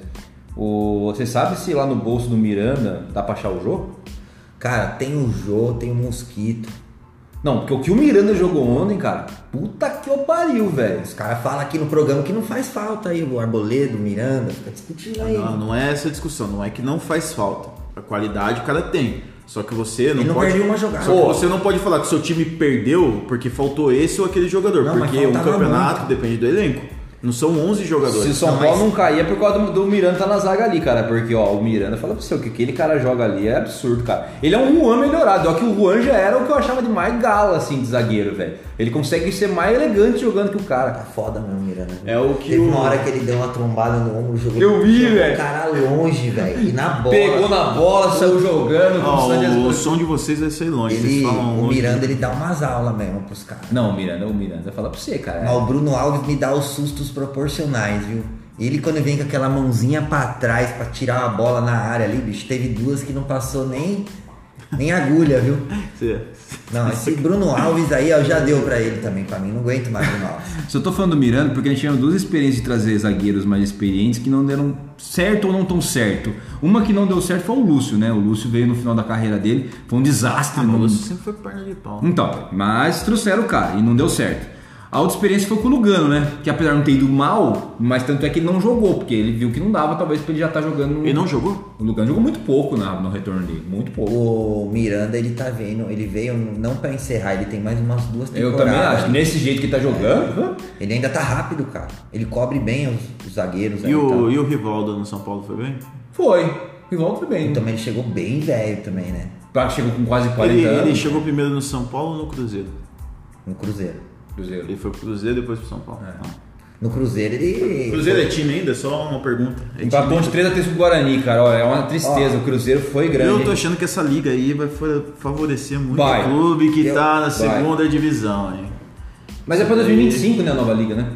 S3: O, você sabe se lá no bolso do Miranda dá pra achar o jogo?
S2: Cara, tem o Jô, tem o Mosquito.
S3: Não, porque o que o Miranda jogou ontem, cara, puta que eu pariu, velho.
S2: Os caras falam aqui no programa que não faz falta aí, o Arboleda, o Miranda, fica discutindo aí.
S1: Não, não é essa discussão. Não é que não faz falta. A qualidade o cara tem. Só que você não
S2: Ele não
S1: pode.
S2: perdeu uma jogada.
S1: Só que
S2: Pô.
S1: você não pode falar que o seu time perdeu porque faltou esse ou aquele jogador.
S2: Não, mas
S1: porque um
S2: faltava
S1: campeonato
S2: muito.
S1: depende do elenco. Não são onze jogadores.
S3: Se o São
S2: Não,
S3: Paulo
S2: mas-
S3: não cair é por causa do, do Miranda tá na zaga ali, cara. Porque, ó, o Miranda, fala pra você, o que aquele cara joga ali é absurdo, cara. Ele é um Juan melhorado, ó, que o Juan já era o que eu achava de mais gala, assim, de zagueiro, velho. Ele consegue ser mais elegante jogando que o
S2: Tá
S3: cara.
S2: foda mesmo, Miranda.
S1: É o que
S2: Teve
S1: o-
S2: uma hora que ele deu uma trombada no ombro, jogou,
S3: Eu vi,
S2: jogou
S3: velho.
S2: o cara longe, velho. E na bola.
S3: Pegou na bola, saiu jogando.
S1: Ó,
S3: como
S1: o,
S3: se-
S1: som de vocês vai ser longe.
S2: Ele,
S1: Vocês falam
S2: o
S1: longe.
S2: Miranda, ele dá umas aulas mesmo pros caras.
S3: Não, o Miranda, o Miranda fala pra você, cara.
S2: Mas o Bruno Alves me dá os sustos proporcionais, viu? Ele quando vem com aquela mãozinha pra trás pra tirar a bola na área ali, bicho, teve duas que não passou nem, nem agulha, viu?
S1: Você-
S2: Não, esse Bruno Alves aí, ó, já deu pra ele também, pra mim, não aguento mais Bruno Alves.
S3: Se eu tô falando do Miranda, porque a gente tinha duas experiências de trazer zagueiros mais experientes que não deram certo ou não tão certo. Uma que não deu certo foi o Lúcio, né? O Lúcio veio no final da carreira dele, foi um desastre.
S1: Ah,
S3: não-
S1: mas o Lúcio sempre foi perna de pau.
S3: Então, mas trouxeram o cara e não deu certo. A outra experiência foi com o Lugano, né? Que apesar de não ter ido mal, mas tanto é que ele não jogou, porque ele viu que não dava, talvez, pra ele já estar jogando. No...
S1: Ele não jogou?
S3: O Lugano jogou muito pouco na, no retorno dele, muito pouco.
S2: O Miranda, ele tá vendo, ele veio não pra encerrar, ele tem mais umas duas
S3: Eu
S2: temporadas.
S3: também acho, nesse jeito que ele tá jogando.
S2: Ele ainda tá rápido, cara. Ele cobre bem os, os zagueiros. aí,
S1: E o,
S2: tá?
S1: e o Rivaldo no São Paulo foi bem?
S3: Foi. O Rivaldo foi bem.
S2: E também ele chegou bem velho também, né?
S3: Claro que chegou com quase quarenta
S1: Ele,
S3: anos.
S1: ele chegou primeiro no São Paulo ou no Cruzeiro?
S2: No Cruzeiro.
S3: Cruzeiro.
S1: Ele foi pro Cruzeiro e depois pro São Paulo. Ah.
S2: No Cruzeiro ele...
S1: Cruzeiro é time ainda? Só uma pergunta. É
S3: Empatou
S1: time
S3: de três a três com o Guarani, cara. Olha, é uma tristeza.
S2: Ó,
S3: o Cruzeiro foi grande.
S1: Eu tô achando que essa liga aí vai fa- favorecer muito
S3: Vai.
S1: o clube que
S2: Eu-
S1: tá na
S3: vai.
S1: segunda divisão, hein?
S3: Mas é pra dois mil e vinte e cinco, né, a nova liga, né?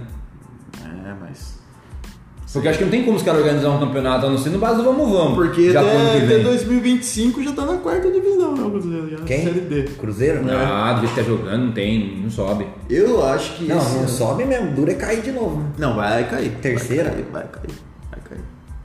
S1: É, mas...
S3: Porque acho que não tem como os caras organizar um campeonato a não ser no base do vamos vamos.
S1: Porque
S3: já pro ano
S1: até,
S3: que
S1: até
S3: vem.
S1: dois mil e vinte e cinco já tá na quarta divisão, né, o Cruzeiro? Já na
S2: Quem?
S1: Série D.
S2: Cruzeiro?
S3: Ah, do jeito que tá jogando, não tem, não sobe.
S1: Eu acho que
S2: Não,
S1: esse
S2: não
S1: ano-
S2: sobe mesmo. Dura é cair de novo, né?
S1: Não, vai cair.
S2: Terceira?
S1: Vai cair, vai cair. Vai cair.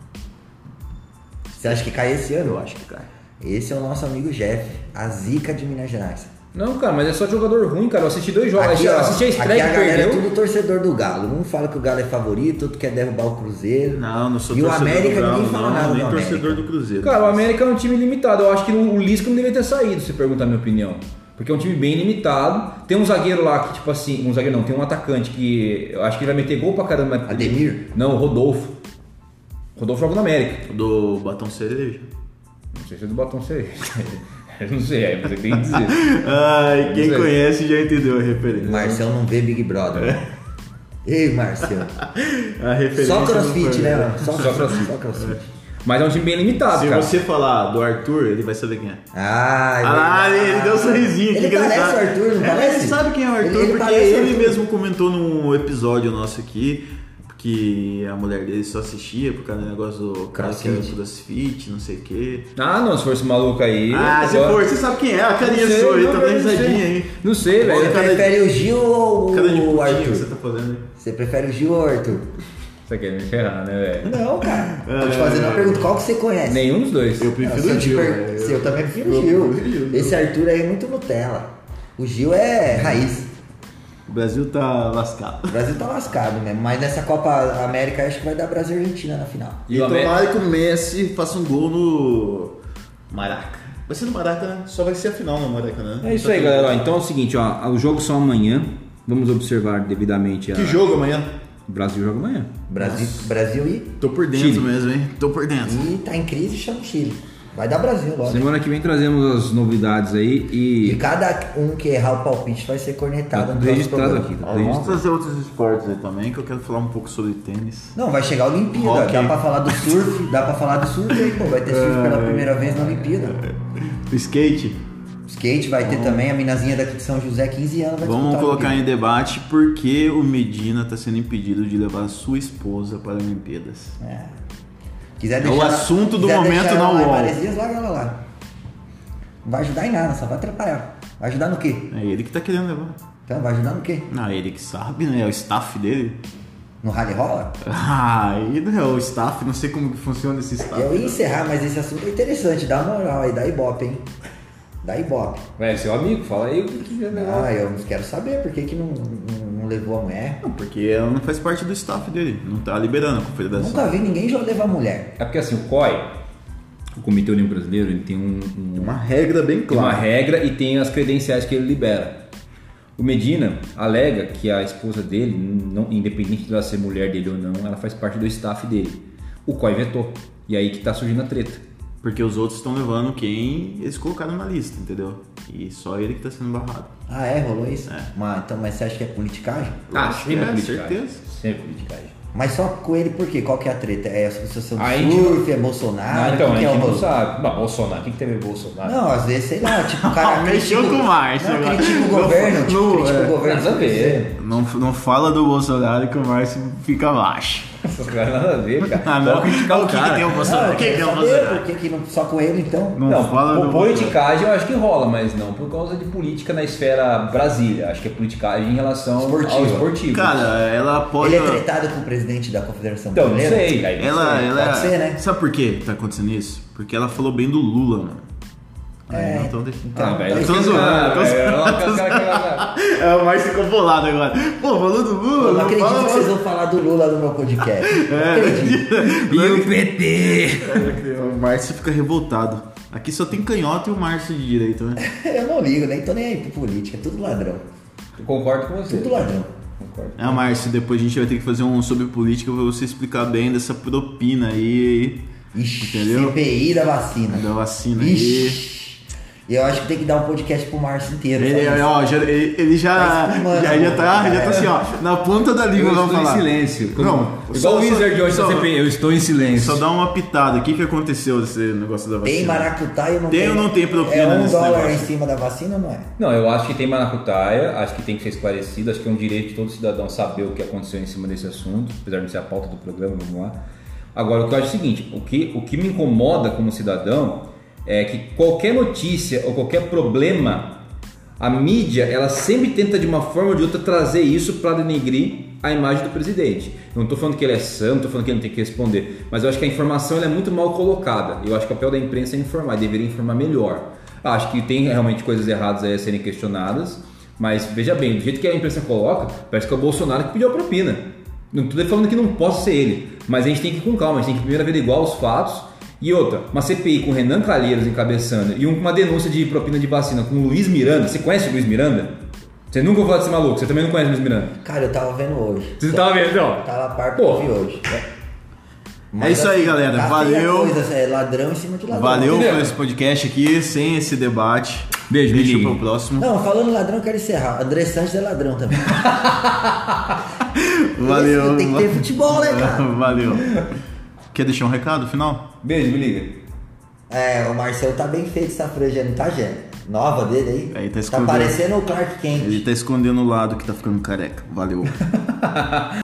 S2: Você acha que cai esse ano?
S1: Eu acho que cai.
S2: Esse é o nosso amigo Jeff, a zica de Minas Gerais.
S3: Não, cara, mas é só jogador ruim, cara. Eu assisti dois jogos,
S2: Aqui,
S3: eu
S2: ó,
S3: assisti a
S2: aqui
S3: estreia
S2: a
S3: que
S2: galera é
S3: perdeu.
S2: tudo torcedor do Galo. Um fala que o Galo é favorito, outro quer derrubar o Cruzeiro.
S1: Não, não sou
S2: E o
S1: torcedor
S2: América,
S1: do Galo,
S2: ninguém fala
S1: não,
S2: nada
S1: nem
S2: do
S1: torcedor
S2: América.
S1: do Cruzeiro.
S3: Cara, o América é um time limitado. Eu acho que o Lisca não deveria ter saído, se perguntar a minha opinião. Porque é um time bem limitado. Tem um zagueiro lá que, tipo assim, um zagueiro não, tem um atacante que eu acho que ele vai meter gol pra caramba.
S2: Ademir?
S3: Não, o Rodolfo. Rodolfo joga no América.
S1: Do Batom Cereja.
S3: Não sei se é do Batom Cereja. Eu não sei, é, mas eu tenho que dizer.
S1: Ai, quem
S3: Não sei.
S1: conhece já entendeu a referência.
S2: Marcel não vê Big Brother.
S1: É.
S2: né? Ei, Marcel.
S1: A referência
S2: Só
S1: não
S2: crossfit,
S1: foi-
S2: né, mano? Só,
S3: Só crossfit.
S2: Só crossfit.
S3: Mas é um time bem limitado,
S1: Se
S3: cara.
S1: você falar do Arthur, ele vai saber quem é.
S2: Ah, é
S1: Ah,
S2: verdade.
S1: ele deu um sorrisinho aqui.
S2: Ele
S1: que
S2: parece
S1: sabe.
S2: o Arthur, não
S1: É,
S2: parece?
S1: Ele sabe quem é o Arthur,
S2: Ele- ele
S1: porque
S2: parece o
S1: ele
S2: Arthur.
S1: mesmo comentou num episódio nosso aqui que a mulher dele só assistia por causa do negócio do cara que era
S2: Crossfit.
S1: crossfit, não sei o quê.
S3: Ah, não, se for esse maluco aí.
S1: Ah, se
S3: agora-
S1: for, você sabe quem é, a carinha
S3: Não sei,
S1: sua aí,
S3: não,
S1: tá dando
S3: eu não sei.
S1: risadinha aí.
S3: Não sei,
S2: Você
S3: velho.
S1: Cara de-
S2: prefere o Gil ou
S1: Cara de
S2: o
S1: putinho
S2: Arthur?
S1: que você tá fazendo aí.
S2: Você prefere o Gil ou o Arthur?
S3: Você quer me ferrar, né, velho?
S2: Não, cara. Tô te fazendo uma pergunta. Qual que você conhece?
S3: Nenhum dos dois.
S1: Eu
S2: Não,
S1: prefiro
S2: se eu
S1: o
S2: te
S1: Gil.
S2: per-
S1: velho.
S2: se eu também prefiro
S1: eu
S2: o Gil.
S1: prefiro o Gil.
S2: Esse Arthur aí é muito Nutella. O Gil é raiz.
S1: O Brasil tá lascado.
S2: O Brasil tá lascado mesmo. Mas nessa Copa América acho que vai dar Brasil e Argentina na final.
S1: E
S3: E o América-
S1: tomara que o Messi faça um gol no Maraca. Vai ser no Maraca, né? Só vai ser a final no Maraca, né?
S3: É isso aí, galera. Ó, então é o seguinte, ó, os jogos são amanhã. Vamos observar devidamente a...
S1: Que jogo amanhã?
S3: O Brasil joga amanhã.
S2: Brasil, Brasil e...
S1: Tô por dentro
S3: Chile.
S1: mesmo, hein? Tô por dentro.
S2: E tá em crise, chama o Chile. Vai dar Brasil, lógico.
S3: Semana que vem trazemos as novidades aí e...
S2: E cada um que errar o palpite vai ser cornetado
S3: Tá
S2: no
S3: registrado
S2: programa.
S3: aqui, tá
S1: Ah, vamos trazer outros esportes aí também, que eu quero falar um pouco sobre tênis.
S2: Não, vai chegar a Olimpíada,
S1: Hockey.
S2: dá pra falar do surf, dá pra falar do surf aí, pô, vai ter surf pela primeira vez na Olimpíada.
S1: O skate,
S2: Skate vai ter também, a minazinha daqui de São José, quinze anos, vai
S1: vamos
S2: disputar a
S1: colocar em
S2: Olimpíada.
S1: debate por que o Medina está sendo impedido de levar a sua esposa para as Olimpíadas.
S2: É. Quiser
S1: É
S2: deixar
S1: o
S2: ela-
S1: assunto do
S2: quiser
S1: momento
S2: deixar ela
S1: na
S2: lá em
S1: U O L.
S2: Maresias, larga ela lá. Não vai ajudar em nada, só vai atrapalhar. Vai ajudar no quê?
S1: É ele que tá querendo levar.
S2: Então, vai ajudar no quê?
S1: Não, ele que sabe, né? É o staff dele.
S2: No rally rola?
S1: Ah, aí não é o staff, não sei como que funciona esse staff.
S2: Eu ia encerrar, mas esse assunto é interessante, dá moral aí, dá ibope, hein? Dá ibope.
S3: Vai, seu amigo, fala aí o que que é legal.
S2: Ah, eu quero saber por que, que não, não, não levou a mulher.
S1: Não, porque ela não faz parte do staff dele. Não tá liberando a confederação.
S2: Nunca vi ninguém já levar mulher.
S3: É porque assim, o C O I, o Comitê Olímpico Brasileiro, ele tem um, um-
S1: Uma regra bem
S3: tem uma
S1: clara.
S3: regra e tem as credenciais que ele libera. O Medina alega que a esposa dele, não, independente de ela ser mulher dele ou não, ela faz parte do staff dele. O C O I vetou. E aí que tá surgindo a treta.
S1: Porque os outros estão levando quem eles colocaram na lista, entendeu? E só ele que tá sendo barrado.
S2: Ah, é? Rolou isso?
S1: É.
S2: Mas, então, mas você acha que é politicagem?
S3: Ah,
S1: acho
S3: sempre
S1: que é,
S3: politicagem.
S1: certeza.
S3: Sempre politicagem.
S2: Mas só com ele por quê? Qual que é a treta? É a associação do
S3: A gente
S2: surf, é Bolsonaro?
S3: Não, então,
S2: o
S3: a
S2: que que é
S3: gente
S2: o
S3: não
S2: rolo?
S3: sabe. Mas Bolsonaro, o que, que tem a ver com Bolsonaro?
S2: Não, às vezes, sei lá, tipo, o cara
S1: Mexeu
S2: critica-
S1: com o Márcio
S2: Não,
S1: agora.
S2: critica o
S1: Não,
S2: governo, tipo,
S1: não,
S2: critica
S1: é.
S2: o governo.
S3: Nada a ver.
S1: Não, não fala do Bolsonaro que o Márcio fica baixo.
S3: Essas caras nada a ver, cara.
S1: Ah, não.
S3: Pode criticar o
S1: O que, que
S3: cara.
S1: tem o
S2: Não,
S1: Bolsonaro?
S2: eu
S1: O que,
S2: quero
S1: que é o
S2: saber
S1: Bolsonaro?
S2: por que que não, só com ele, então?
S1: Não,
S3: Não,
S1: fala
S3: por
S1: do
S3: politicagem eu acho que rola, mas não por causa de política na esfera Brasília. Acho que é politicagem em relação
S2: Esportiva.
S3: ao esportivo.
S1: Cara, ela pode.
S2: Ele é tretado com o presidente da Confederação
S3: então, não
S2: Brasileira?
S3: sei. Aí não
S1: Ela,
S3: sei.
S1: ela
S2: Pode ser, né?
S1: Sabe por que tá acontecendo isso? Porque ela falou bem do Lula, mano.
S2: É,
S1: Aí, então deixa.
S3: Ah, velho,
S1: eu tô
S3: esse
S1: zoando,
S3: cara,
S1: eu tô
S3: velho,
S1: zoando.
S3: olha os caras que vai-
S1: É, o Márcio ficou bolado agora. Pô, falou do Lula.
S2: Eu não acredito
S1: fala
S2: que
S1: mal.
S2: vocês vão falar do Lula no meu podcast. Não
S1: É.
S2: acredito.
S3: E o P T?
S1: O Márcio fica revoltado. Aqui só tem canhota e o Márcio de direita, né?
S2: Eu não ligo, nem tô nem aí pra política. É tudo ladrão.
S3: Eu concordo com você.
S2: Tudo ladrão.
S3: Concordo.
S1: É, Márcio, depois a gente vai ter que fazer um sobre política pra você explicar bem dessa propina aí,
S2: Ixi,
S1: Entendeu?
S2: C P I da vacina.
S1: da vacina aí.
S2: Ixi. E eu acho que tem que dar um podcast pro Márcio inteiro.
S1: Ele,
S2: só isso.
S1: ó, já, ele, ele já,
S2: Tá espumando,
S1: já, já, tá, já tá assim, ó, na ponta da
S3: Eu
S1: língua,
S3: estou
S1: vamos falar.
S3: em silêncio.
S1: Não,
S3: Igual
S1: só-
S3: o Wizard
S1: só-
S3: hoje da
S1: só-
S3: C P I, eu estou em silêncio.
S1: Só dá uma pitada. O que, que aconteceu desse negócio da vacina?
S2: Tem maracutaia ou não
S1: Tem
S2: tem?
S1: ou não tem propina
S2: É um
S1: nesse
S2: dólar
S1: negócio?
S2: em cima da vacina ou não é?
S3: Não, eu acho que tem maracutaia, acho que tem que ser esclarecido, acho que é um direito de todo cidadão saber o que aconteceu em cima desse assunto, apesar de não ser a pauta do programa, vamos lá. Agora, o que eu acho é o seguinte, o que, o que me incomoda como cidadão é que qualquer notícia ou qualquer problema, a mídia, ela sempre tenta de uma forma ou de outra trazer isso para denegrir a imagem do presidente. Não estou falando que ele é santo, não estou falando que ele não tem que responder, mas eu acho que a informação ela é muito mal colocada. Eu acho que o papel da imprensa é informar, deveria informar melhor. Acho que tem realmente coisas erradas aí a serem questionadas, mas veja bem, do jeito que a imprensa coloca, parece que é o Bolsonaro que pediu a propina. Não estou falando que não possa ser ele, mas a gente tem que ir com calma, a gente tem que primeiro averiguar os fatos. E outra, uma C P I com Renan Calheiros encabeçando e uma denúncia de propina de vacina com o Luiz Miranda. Você conhece o Luiz Miranda? Você nunca ouviu falar desse maluco, você também não conhece o Luiz Miranda.
S2: Cara, eu tava vendo hoje.
S3: Você tava vendo, então?
S2: Tava a par
S3: Pô.
S2: que eu vi hoje.
S1: É isso aí, galera.
S2: tá
S1: Valeu.
S2: feia a coisa, é ladrão em cima de ladrão.
S1: Valeu
S3: Entendeu?
S1: por esse podcast aqui, sem esse debate.
S3: Beijo, me
S1: Deixa
S3: ligue.
S1: pro próximo.
S2: Não, falando em ladrão, eu quero encerrar. André Sanches é ladrão também.
S1: Valeu.
S2: Tem que ter futebol, né, cara?
S1: Valeu. Quer deixar um recado final?
S3: Beijo, me liga.
S2: É, o Marcelo tá bem feito essa franja, não tá, Gê? Nova dele aí.
S1: Aí tá
S2: tá
S1: escondendo.
S2: parecendo o Clark Kent.
S1: Ele tá escondendo o lado que tá ficando careca. Valeu.